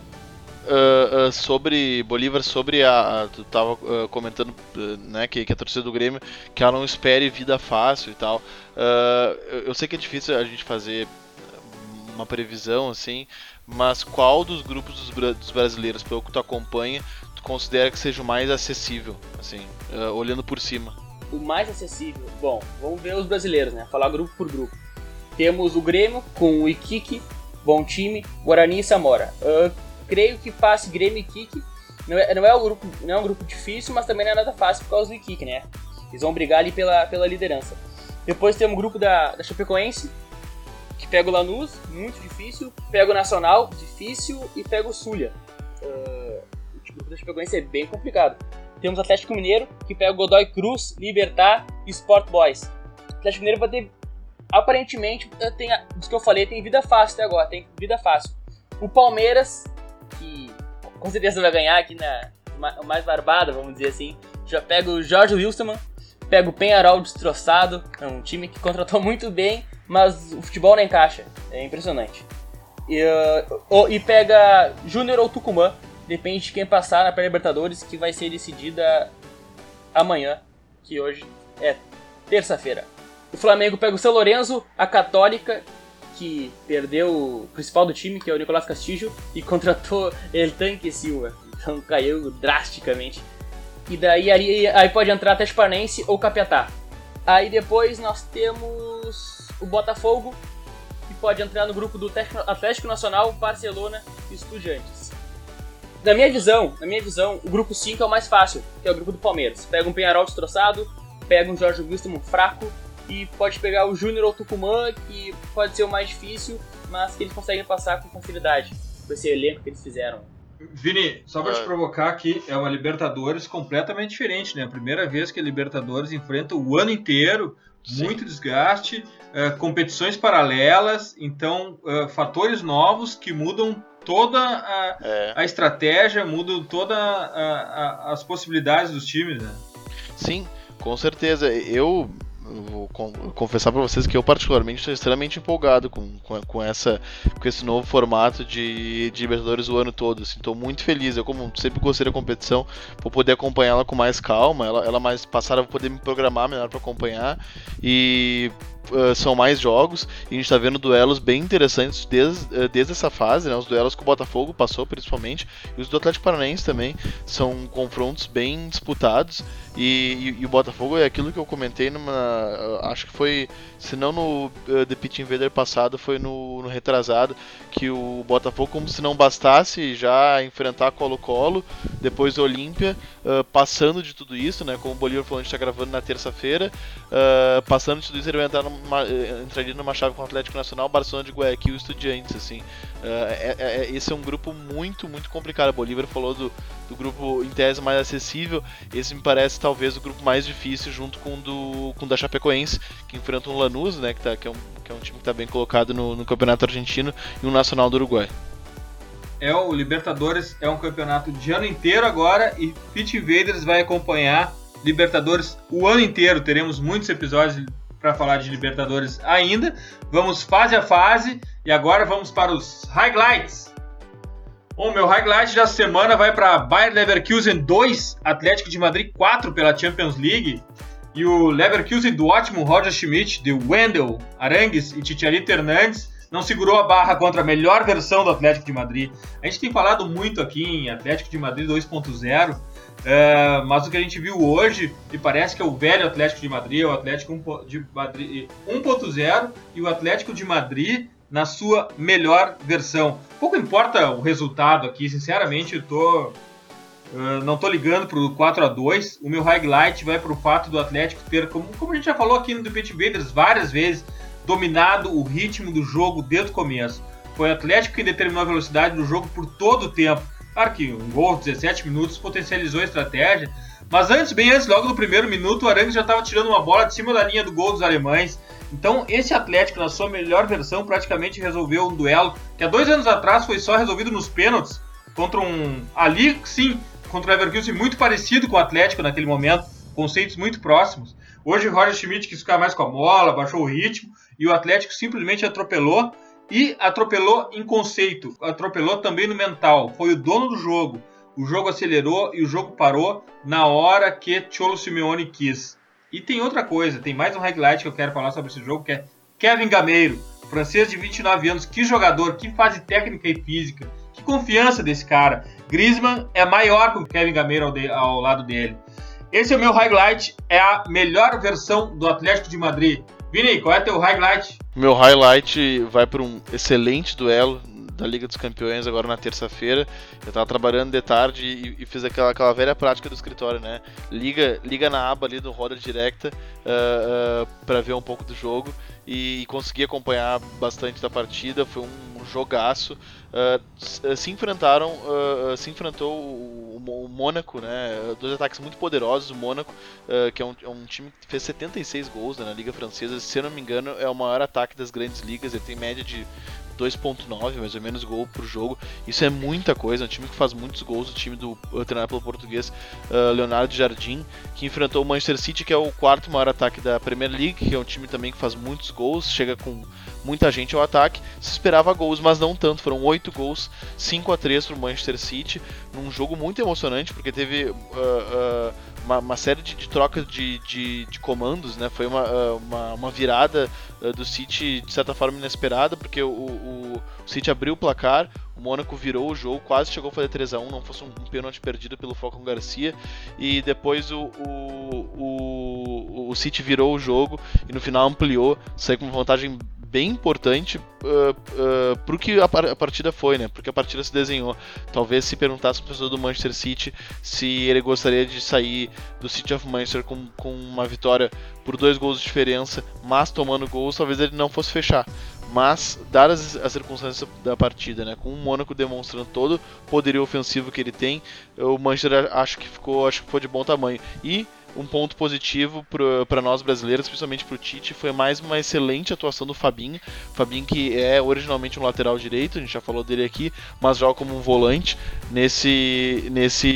Sobre Bolívar, tu tava comentando, né, que a torcida do Grêmio, que ela não espere vida fácil e tal. Eu sei que é difícil a gente fazer uma previsão assim, mas qual dos grupos dos brasileiros, pelo que tu acompanha, tu considera que seja o mais acessível, assim, olhando por cima? O mais acessível? Bom, vamos ver os brasileiros, né? Falar grupo por grupo. Temos o Grêmio com o Iquique, bom time, Guarani e Samora. Creio que passe Grêmio e Iquique. Não é um grupo difícil, mas também não é nada fácil por causa do Iquique, né? Eles vão brigar ali pela liderança. Depois temos o grupo da Chapecoense, que pega o Lanús, muito difícil, pega o Nacional, difícil, e pega o Zulia. O grupo da Chapecoense é bem complicado. Temos o Atlético Mineiro, que pega o Godoy Cruz, Libertad e Sport Boys. O Atlético Mineiro vai ter, aparentemente, dos que eu falei, tem vida fácil até agora, tem vida fácil. O Palmeiras, que com certeza vai ganhar aqui na mais barbada, vamos dizer assim, já pega o Jorge Wilstermann, pega o Peñarol destroçado, é um time que contratou muito bem, mas o futebol não encaixa, é impressionante. E pega Júnior ou Tucumã, depende de quem passar na pré-Libertadores, que vai ser decidida amanhã, que hoje é terça-feira. O Flamengo pega o São Lourenço, a Católica, que perdeu o principal do time, que é o Nicolás Castillo, e contratou El Tanque Silva, então caiu drasticamente. E daí aí pode entrar Atlético Paranaense ou Capiatá. Aí depois nós temos o Botafogo, que pode entrar no grupo do Atlético Nacional, Barcelona e Estudiantes. Na minha visão, o grupo 5 é o mais fácil, que é o grupo do Palmeiras. Pega um Peñarol destroçado, pega um Jorge Wilstermann fraco, e pode pegar o Júnior ou Tucumã, que pode ser o mais difícil, mas que eles conseguem passar com facilidade, com esse elenco que eles fizeram. Vini, só pra te provocar aqui, é uma Libertadores completamente diferente, né? A primeira vez que a Libertadores enfrenta o ano inteiro, sim, muito desgaste, competições paralelas, então fatores novos que mudam toda a estratégia, mudam todas as possibilidades dos times, né? Sim, com certeza. Eu vou confessar para vocês que eu particularmente estou extremamente empolgado com esse novo formato de Libertadores o ano todo. Estou muito feliz. Eu, como sempre gostei da competição, vou poder acompanhá-la com mais calma. Ela mais passada, vou poder me programar melhor para acompanhar. E são mais jogos, e a gente está vendo duelos bem interessantes desde essa fase, né? Os duelos que o Botafogo passou principalmente, e os do Atlético Paranaense também, são confrontos bem disputados, e o Botafogo é aquilo que eu comentei acho que foi, se não no The Pitch Invader passado, foi no retrasado, que o Botafogo, como se não bastasse já enfrentar Colo-Colo, depois o Olímpia, passando de tudo isso, né? Como o Bolívar falou, a gente está gravando na terça-feira, passando de tudo isso, ele vai entraria numa chave com o Atlético Nacional, Barcelona de Guayaquil e Estudiantes, assim. Esse é um grupo muito, muito complicado. O Bolívar falou do grupo em tese mais acessível. Esse me parece talvez o grupo mais difícil, junto com o da Chapecoense, que enfrenta um Lanús, né, que é um time que está bem colocado no Campeonato Argentino, e um Nacional do Uruguai. O Libertadores é um campeonato de ano inteiro agora, e Pitch Invaders vai acompanhar Libertadores o ano inteiro. Teremos muitos episódios para falar de Libertadores ainda. Vamos fase a fase, e agora vamos para os highlights. O meu highlight da semana vai para Bayer Leverkusen 2, Atlético de Madrid 4 pela Champions League. E o Leverkusen do ótimo Roger Schmidt, de Wendel, Arangues e Chicharito Hernandes não segurou a barra contra a melhor versão do Atlético de Madrid. A gente tem falado muito aqui em Atlético de Madrid 2.0, mas o que a gente viu hoje me parece que é o velho Atlético de Madrid, o Atlético de Madrid 1.0 e o Atlético de Madrid na sua melhor versão. Pouco importa o resultado aqui, sinceramente, não tô ligando pro 4-2. O meu highlight vai pro fato do Atlético ter, como a gente já falou aqui no The Pitch Invaders várias vezes, dominado o ritmo do jogo desde o começo. Foi o Atlético que determinou a velocidade do jogo por todo o tempo. Claro que um gol de 17 minutos potencializou a estratégia, mas bem antes, logo no primeiro minuto, o Arangues já estava tirando uma bola de cima da linha do gol dos alemães. Então esse Atlético, na sua melhor versão, praticamente resolveu um duelo que há 2 anos atrás foi só resolvido nos pênaltis, contra contra o Leverkusen muito parecido com o Atlético naquele momento, conceitos muito próximos. Hoje o Roger Schmidt quis ficar mais com a bola, baixou o ritmo, e o Atlético simplesmente atropelou, e atropelou em conceito, atropelou também no mental. Foi o dono do jogo. O jogo acelerou e o jogo parou na hora que Cholo Simeone quis. E tem outra coisa, tem mais um highlight que eu quero falar sobre esse jogo, que é Kevin Gameiro, francês de 29 anos, que jogador, que fase técnica e física, que confiança desse cara. Griezmann é maior que o Kevin Gameiro ao lado dele. Esse é o meu highlight, é a melhor versão do Atlético de Madrid. Vini, qual é teu highlight? Meu highlight vai para um excelente duelo da Liga dos Campeões agora na terça-feira. Eu tava trabalhando de tarde e fiz aquela velha prática do escritório, né? Liga na aba ali do Roda Directa para ver um pouco do jogo e consegui acompanhar bastante da partida. Foi um jogaço. Se enfrentou o Mônaco, né? 2 ataques muito poderosos. O Mônaco, que é um time que fez 76 gols, né, na Liga Francesa. Se eu não me engano, é o maior ataque das grandes ligas. Ele tem média de 2.9 mais ou menos gol por jogo. Isso é muita coisa, é um time que faz muitos gols. O time treinado pelo português Leonardo Jardim, que enfrentou o Manchester City, que é o 4º maior ataque da Premier League, que é um time também que faz muitos gols, chega com muita gente ao ataque. Se esperava gols, mas não tanto, foram 8 gols, 5-3 para o Manchester City, num jogo muito emocionante, porque teve uma série de trocas de comandos, né? Foi uma virada do City de certa forma inesperada, porque o City abriu o placar, o Mônaco virou o jogo, quase chegou a fazer 3-1, não fosse um pênalti perdido pelo Falcão Garcia, e depois o City virou o jogo e no final ampliou, saiu com uma vantagem bem importante pro que a partida foi, né? Porque a partida se desenhou. Talvez se perguntasse pro torcedor do Manchester City se ele gostaria de sair do City of Manchester com uma vitória por 2 gols de diferença, mas tomando gols, talvez ele não fosse fechar. Mas, dadas as circunstâncias da partida, né, com o Mônaco demonstrando todo o poderio ofensivo que ele tem, o Manchester acho que foi de bom tamanho. E um ponto positivo para nós brasileiros, principalmente para o Tite, foi mais uma excelente atuação do Fabinho. Fabinho, que é originalmente um lateral direito, a gente já falou dele aqui, mas joga como um volante nesse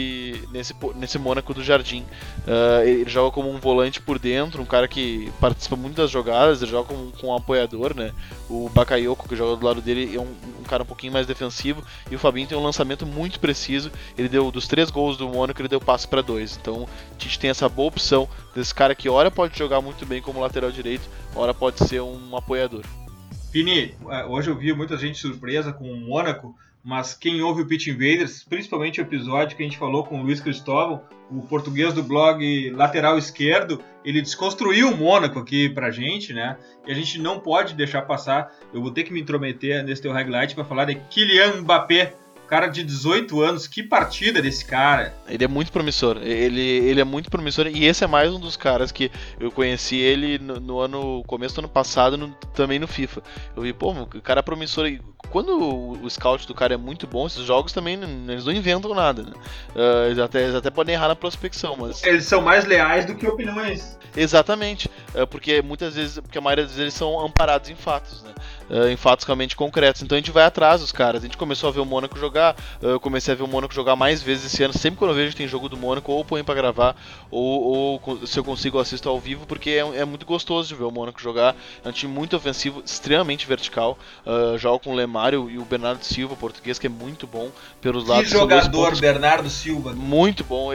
Mônaco do Jardim. Ele joga como um volante por dentro, um cara que participa muito das jogadas, ele joga com um apoiador, né? O Bakayoko, que joga do lado dele, é um cara um pouquinho mais defensivo, e o Fabinho tem um lançamento muito preciso. Ele deu, dos 3 gols do Mônaco, ele deu passe para 2. Então o Tite tem essa boa opção desse cara que ora pode jogar muito bem como lateral direito, ora pode ser um apoiador. Vini, hoje eu vi muita gente surpresa com o Mônaco, mas quem ouve o Pitch Invaders, principalmente o episódio que a gente falou com o Luiz Cristóvão, o português do blog Lateral Esquerdo, ele desconstruiu o Mônaco aqui pra gente, né? E a gente não pode deixar passar. Eu vou ter que me intrometer nesse teu highlight para falar de Kylian Mbappé, cara de 18 anos. Que partida desse cara! Ele é muito promissor, ele é muito promissor, e esse é mais um dos caras que eu conheci ele no começo do ano passado, também no FIFA. Eu vi, pô, o cara é promissor. E quando o scout do cara é muito bom, esses jogos também, eles não inventam nada, né? Eles até podem errar na prospecção, mas... Eles são mais leais do que opiniões. Exatamente, porque a maioria das vezes eles são amparados em fatos, né? Em fatos realmente concretos. Então a gente vai atrás dos caras. A gente começou a ver o Mônaco jogar, eu comecei a ver o Mônaco jogar mais vezes esse ano. Sempre quando eu vejo que tem jogo do Mônaco, ou põe pra gravar, ou se eu consigo, eu assisto ao vivo, porque é muito gostoso de ver o Mônaco jogar. É um time muito ofensivo, extremamente vertical. Joga com o Lemário e o Bernardo Silva, português, que é muito bom pelos lados. Que jogador, Bernardo Silva. Muito bom.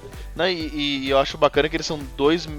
E eu acho bacana que eles são 2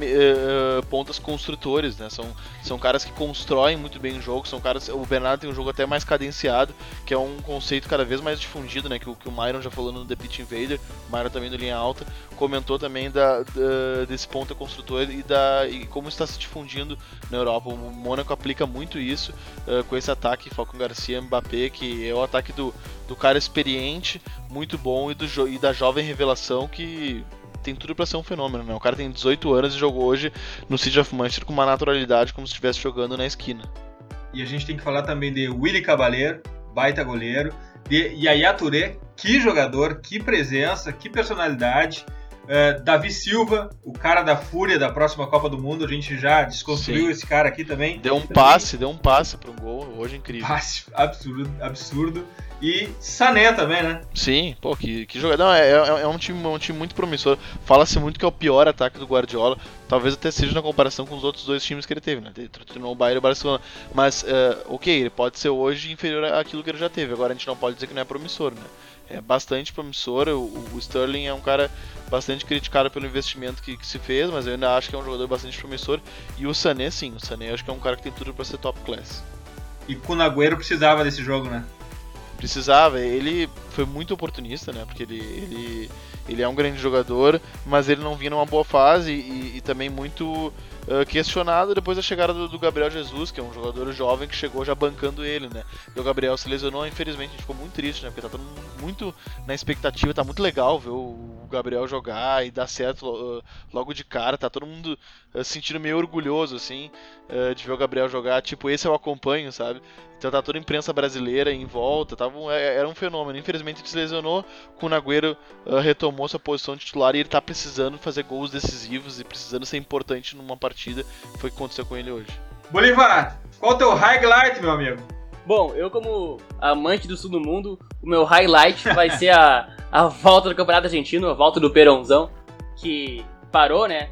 pontas construtores, né? São caras que constroem muito bem o jogo, são caras. O Bernardo tem um jogo até mais cadenciado, que é um conceito cada vez mais difundido, né? Que o Myron já falou no The Pitch Invader, o Myron também do Linha Alta, comentou também desse ponta construtor e como está se difundindo na Europa. O Mônaco aplica muito isso com esse ataque, Falcão Garcia, Mbappé, que é o ataque do cara experiente, muito bom, e da jovem revelação que tem tudo pra ser um fenômeno, né? O cara tem 18 anos e jogou hoje no City of Manchester com uma naturalidade como se estivesse jogando na esquina. E a gente tem que falar também de Willy Caballero, baita goleiro, de Yaya Touré, que jogador, que presença, que personalidade. Davi Silva, o cara da fúria da próxima Copa do Mundo, a gente já desconstruiu. Sim. Esse cara aqui também. Deu um passe para um gol, hoje incrível. Passe absurdo. E Sané também, né? Sim, pô, que jogador. É um time muito promissor. Fala-se muito que é o pior ataque do Guardiola. Talvez até seja na comparação com os outros 2 times que ele teve, né? Ele treinou o Bayern e o Barcelona. Mas, ok, ele pode ser hoje inferior àquilo que ele já teve. Agora a gente não pode dizer que não é promissor, né? É bastante promissor. O Sterling é um cara bastante criticado pelo investimento que se fez, mas eu ainda acho que é um jogador bastante promissor. E o Sané, sim, o Sané acho que é um cara que tem tudo para ser top class. E o Kun Agüero precisava desse jogo, né? Precisava, ele foi muito oportunista, né? Porque ele é um grande jogador, mas ele não vinha numa boa fase e também muito questionado depois da chegada do Gabriel Jesus, que é um jogador jovem que chegou já bancando ele, né? E o Gabriel se lesionou, infelizmente a gente ficou muito triste, né? Porque tá todo mundo muito na expectativa, tá muito legal ver o Gabriel jogar e dar certo logo de cara, tá todo mundo se sentindo meio orgulhoso, assim, de ver o Gabriel jogar, tipo, esse eu acompanho, sabe? Então tá toda a imprensa brasileira em volta, era um fenômeno. Infelizmente ele se lesionou, com o Agüero retomou sua posição de titular e ele tá precisando fazer gols decisivos e precisando ser importante numa partida. Foi o que aconteceu com ele hoje. Bolívar, qual o teu highlight, meu amigo? Bom, eu como amante do sul do mundo, o meu highlight vai ser a volta do Campeonato Argentino, a volta do Peronzão, que parou, né?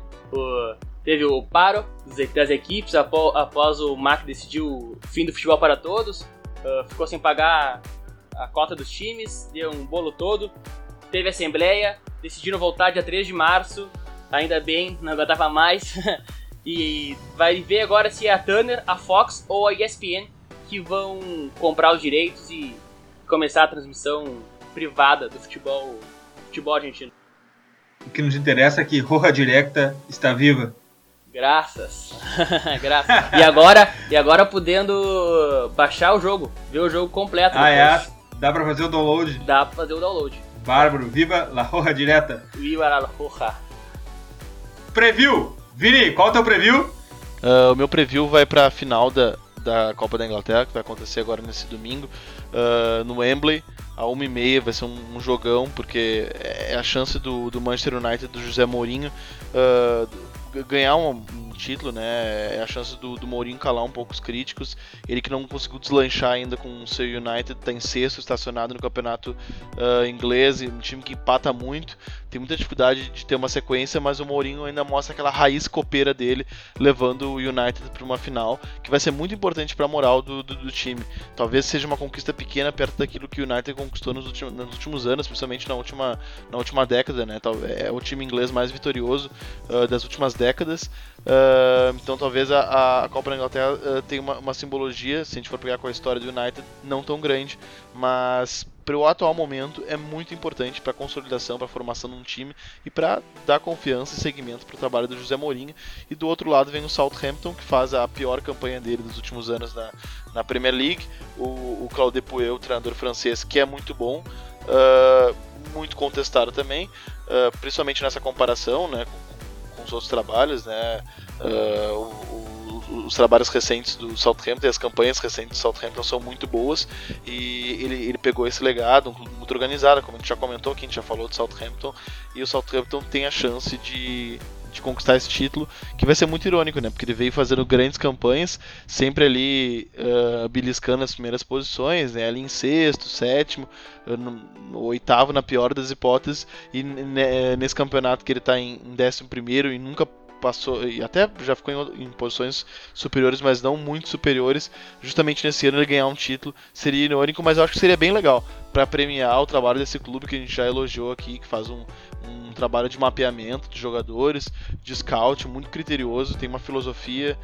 Teve o paro das equipes após o MAC decidiu o fim do futebol para todos, ficou sem pagar a cota dos times, deu um bolo todo, teve assembleia, decidiram voltar dia 3 de março, ainda bem, não aguentava mais, e vai ver agora se é a Turner, a Fox ou a ESPN que vão comprar os direitos e começar a transmissão privada do futebol argentino. O que nos interessa é que Roja Directa está viva. Graças. E agora podendo baixar o jogo, ver o jogo completo. Depois. Dá pra fazer o download? Dá pra fazer o download. Bárbaro, viva La Roja Direta. Viva La Roja. Preview. Vini, qual é o teu preview? O meu preview vai pra final da da Copa da Inglaterra, que vai acontecer agora nesse domingo, no Wembley, a 1h30, vai ser um jogão, porque é a chance do Manchester United, do José Mourinho, ganhar um título, né? É a chance do Mourinho calar um pouco os críticos. Ele que não conseguiu deslanchar ainda com o seu United, está em sexto, estacionado no campeonato inglês, um time que empata muito, tem muita dificuldade de ter uma sequência, mas o Mourinho ainda mostra aquela raiz copeira dele, levando o United para uma final, que vai ser muito importante para a moral do time. Talvez seja uma conquista pequena perto daquilo que o United conquistou nos últimos anos, principalmente na última década, né? É o time inglês mais vitorioso das últimas décadas. Então talvez a Copa da Inglaterra tenha uma simbologia, se a gente for pegar com a história do United, não tão grande, mas para o atual momento é muito importante para a consolidação, para a formação de um time e para dar confiança e seguimento para o trabalho do José Mourinho. E do outro lado vem o Southampton, que faz a pior campanha dele dos últimos anos na Premier League, o Claude Puel, o treinador francês, que é muito bom, muito contestado também, principalmente nessa comparação, né, com os outros trabalhos, né, os trabalhos recentes do Southampton e as campanhas recentes do Southampton são muito boas, e ele pegou esse legado, um clube muito organizado, como a gente já comentou aqui, a gente já falou do Southampton, e o Southampton tem a chance de conquistar esse título, que vai ser muito irônico, né? Porque ele veio fazendo grandes campanhas, sempre ali beliscando as primeiras posições, né? Ali em sexto, sétimo, no oitavo na pior das hipóteses, e nesse campeonato que ele está em 11º e nunca passou, e até já ficou em posições superiores, mas não muito superiores. Justamente nesse ano ele ganhar um título seria irônico, mas eu acho que seria bem legal para premiar o trabalho desse clube que a gente já elogiou aqui, que faz um trabalho de mapeamento de jogadores, de scout muito criterioso, tem uma filosofia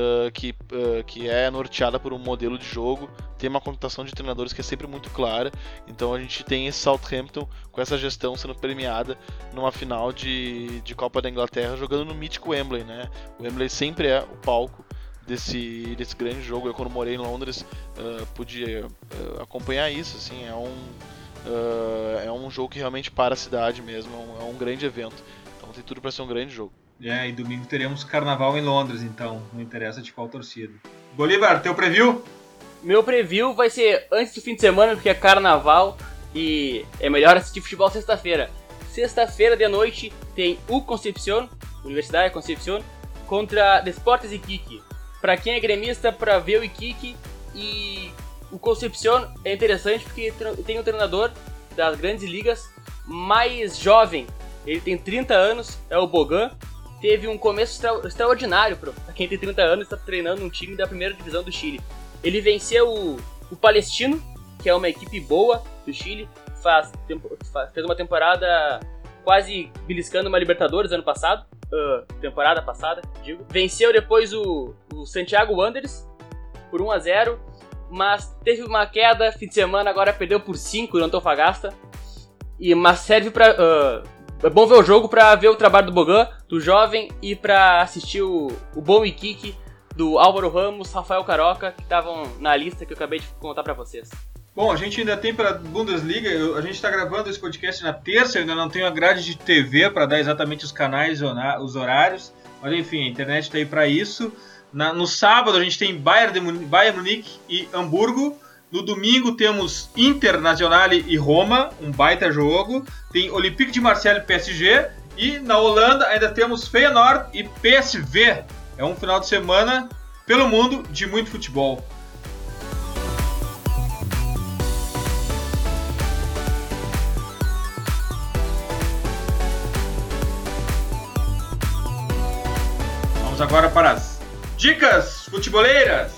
que é norteada por um modelo de jogo, tem uma contratação de treinadores que é sempre muito clara. Então a gente tem esse Southampton com essa gestão sendo premiada numa final de Copa da Inglaterra, jogando no mítico Wembley, né? O Wembley sempre é o palco desse grande jogo. Eu, quando morei em Londres, pude acompanhar isso, assim, é um jogo que realmente para a cidade mesmo, é um grande evento, então tem tudo para ser um grande jogo. E domingo teremos carnaval em Londres, então não interessa de qual torcida. Bolívar, teu preview? Meu preview vai ser antes do fim de semana, porque é carnaval e é melhor assistir futebol sexta-feira. Sexta-feira de noite tem o Concepción, Universidade Concepción, contra Deportes Iquique. Para quem é gremista, para ver o Iquique. E o Concepción é interessante porque tem um treinador das grandes ligas mais jovem. Ele tem 30 anos, é o Bogan. Teve um começo extraordinário para quem tem 30 anos e está treinando um time da primeira divisão do Chile. Ele venceu o Palestino, que é uma equipe boa do Chile. Fez uma temporada quase beliscando uma Libertadores ano passado. Temporada passada, digo. Venceu depois o Santiago Wanderers por 1-0. Mas teve uma queda, fim de semana, agora perdeu por 5 no Antofagasta. Mas serve pra... é bom ver o jogo pra ver o trabalho do Bogan, do jovem, e pra assistir o bom Iquique do Álvaro Ramos, Rafael Caroca, que estavam na lista que eu acabei de contar pra vocês. Bom, a gente ainda tem para Bundesliga, a gente está gravando esse podcast na terça, eu ainda não tenho a grade de TV para dar exatamente os canais, os horários, mas enfim, a internet está aí para isso. No sábado a gente tem Bayern Munique e Hamburgo. No domingo temos Internacional e Roma, um baita jogo. Tem Olympique de Marseille e PSG. E na Holanda ainda temos Feyenoord e PSV. É um final de semana pelo mundo de muito futebol. Vamos agora para as dicas futeboleiras.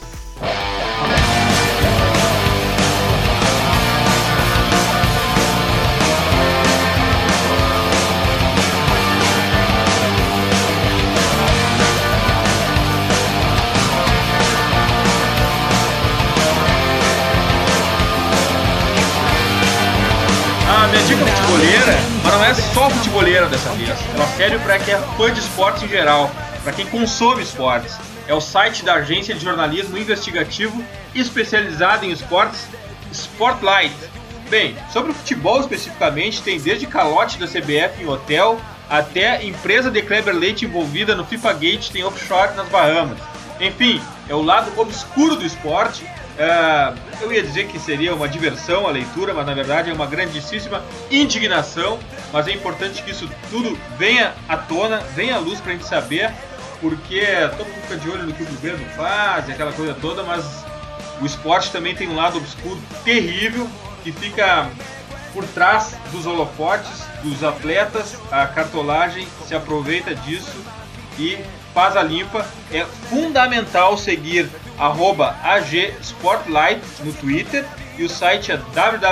A minha dica futeboleira, mas não é só futeboleira dessa vez. Ela serve para quem é fã de esportes em geral, para quem consome esportes. É o site da agência de jornalismo investigativo especializado em esportes, Sportlight. Bem, sobre o futebol especificamente, tem desde calote da CBF em hotel, até empresa de Kleber Leite envolvida no FIFA Gate tem offshore nas Bahamas. Enfim, é o lado obscuro do esporte. Eu ia dizer que seria uma diversão a leitura, mas na verdade é uma grandíssima indignação. Mas é importante que isso tudo venha à tona, venha à luz pra gente saber, porque todo mundo fica de olho no que o governo faz e aquela coisa toda, mas o esporte também tem um lado obscuro terrível que fica por trás dos holofotes, dos atletas. A cartolagem se aproveita disso e faz a limpa. É fundamental seguir @AGSportlight no Twitter e o site é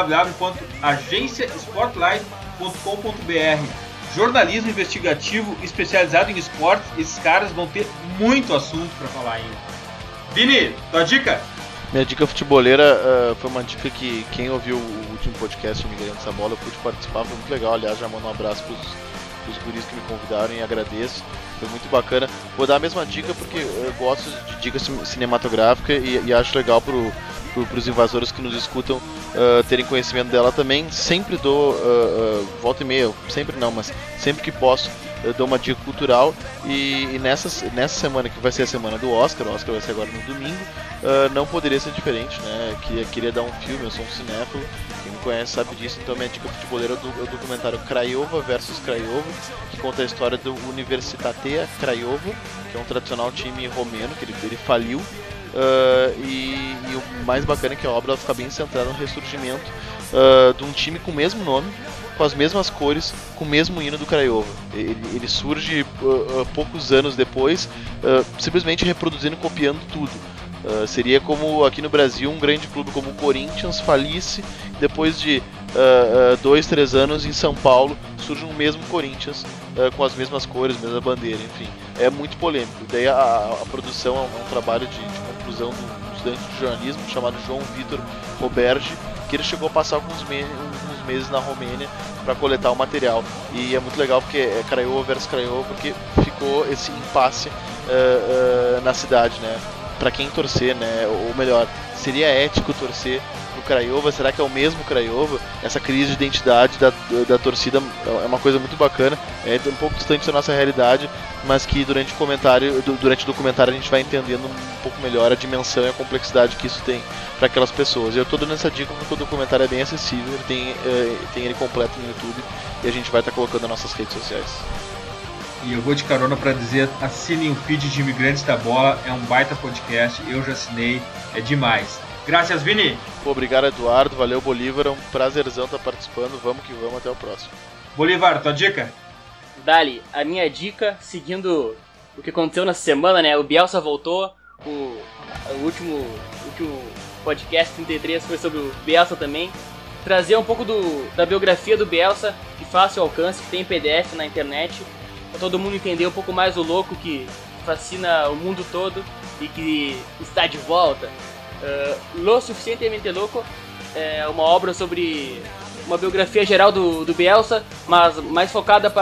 www.agenciasportlight.com.br. Jornalismo investigativo especializado em esportes. Esses caras vão ter muito assunto para falar ainda. Vini, tua dica? Minha dica futeboleira foi uma dica que quem ouviu o último podcast Me Ganhando Essa Bola, eu pude participar, foi muito legal. Aliás, já mando um abraço pros guris que me convidaram e agradeço, foi muito bacana. Vou dar a mesma dica porque eu gosto de dicas cinematográficas e acho legal pros invasores que nos escutam terem conhecimento dela também. Sempre dou, volta e meia, sempre não, mas sempre que posso, eu dou uma dica cultural. E nessa semana, que vai ser a semana do Oscar, o Oscar vai ser agora no domingo, não poderia ser diferente, né? Queria dar um filme, eu sou um cinéfilo, quem me conhece sabe disso, então minha dica futeboleira é o documentário Craiova vs Craiova, que conta a história do Universitatea Craiova, que é um tradicional time romeno, que ele faliu. E o mais bacana é que a obra fica bem centrada no ressurgimento de um time com o mesmo nome, com as mesmas cores, com o mesmo hino do Craiova. Ele surge poucos anos depois, simplesmente reproduzindo e copiando tudo. Seria como aqui no Brasil um grande clube como o Corinthians falisse, depois de 2-3 anos em São Paulo surge um mesmo Corinthians com as mesmas cores, mesma bandeira, enfim. É muito polêmico. Daí a produção é um trabalho de conclusão de um estudante de jornalismo chamado João Vitor Roberge, que ele chegou a passar alguns meses na Romênia para coletar o material. E é muito legal porque é Craiova versus Craiova, porque ficou esse impasse na cidade, né? Para quem torcer, né? Ou melhor, seria ético torcer pro Craiova? Será que é o mesmo Craiova? Essa crise de identidade da torcida é uma coisa muito bacana, é um pouco distante da nossa realidade, mas que durante o documentário a gente vai entendendo um pouco melhor a dimensão e a complexidade que isso tem para aquelas pessoas. E eu tô dando essa dica porque o documentário é bem acessível, tem ele completo no YouTube e a gente vai estar colocando nas nossas redes sociais. E eu vou de carona para dizer, assinem o feed de Imigrantes da Bola, é um baita podcast, eu já assinei, é demais. Graças, Vini. Obrigado, Eduardo, valeu, Bolívar, é um prazerzão estar participando, vamos que vamos, até o próximo. Bolívar, tua dica? Dali, a minha dica, seguindo o que aconteceu nessa semana, né, o Bielsa voltou, o último podcast 33 foi sobre o Bielsa também, trazer um pouco da biografia do Bielsa, de fácil alcance, que tem em PDF na internet, para todo mundo entender um pouco mais o louco que fascina o mundo todo e que está de volta. Lo Suficientemente Louco é uma obra sobre uma biografia geral do Bielsa, mas mais focada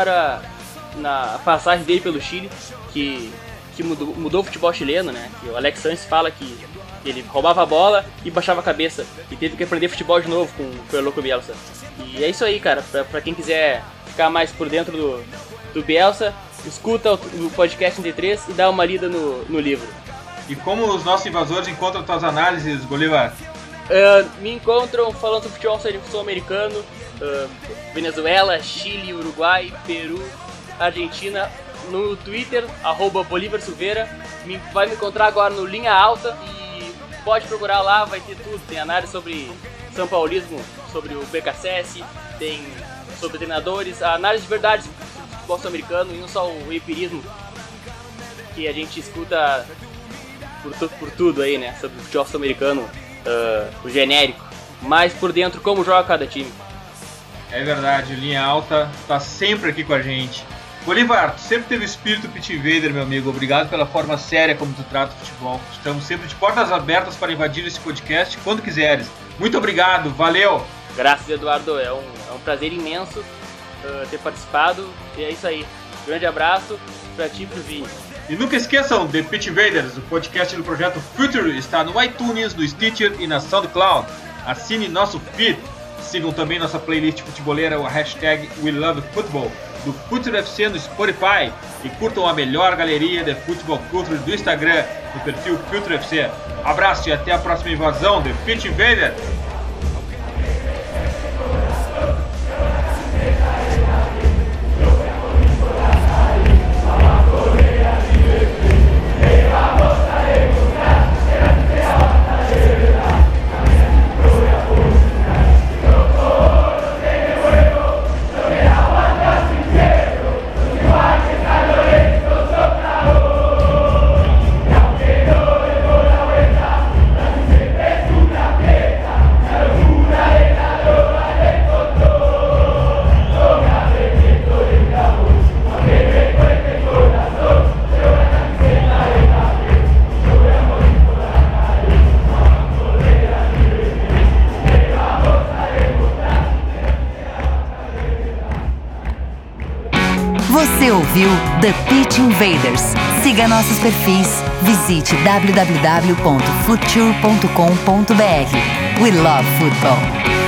na passagem dele pelo Chile, que mudou o futebol chileno, né? Que o Alex Sanches fala que ele roubava a bola e baixava a cabeça e teve que aprender futebol de novo com o louco Bielsa. E é isso aí, cara, pra quem quiser ficar mais por dentro do Bielsa, escuta o podcast 33 e dá uma lida no livro. E como os nossos invasores encontram tuas análises, Bolívar? Me encontram falando sobre futebol sul-americano, Venezuela, Chile, Uruguai, Peru, Argentina, no Twitter, @BolívarSilveira. Vai me encontrar agora no Linha Alta e pode procurar lá, vai ter tudo. Tem análise sobre São Paulismo, sobre o BKSS, tem sobre treinadores, a análise de verdade sobre futebol sul-americano e não só o empirismo que a gente escuta por tudo aí, né, sobre o futebol sul-americano, o genérico, mas por dentro como joga cada time. É verdade, Linha Alta tá sempre aqui com a gente. Bolívar, tu sempre teve o espírito Pit Invader, meu amigo. Obrigado pela forma séria como tu trata o futebol. Estamos sempre de portas abertas para invadir esse podcast quando quiseres. Muito obrigado, valeu! Graças, Eduardo, é um prazer imenso ter participado. E é isso aí. Grande abraço pra ti e pro Vini. E nunca esqueçam, The Pitch Invaders, o podcast do projeto Future, está no iTunes, no Stitcher e na SoundCloud. Assine nosso feed. Sigam também nossa playlist futeboleira, o hashtag WeLoveFootball, do Future FC no Spotify. e curtam a melhor galeria de futebol culture do Instagram, no perfil FutureFC. Abraço e até a próxima invasão de Pitch Invader. Você ouviu The Pitch Invaders. Siga nossos perfis. Visite www.future.com.br. We love football.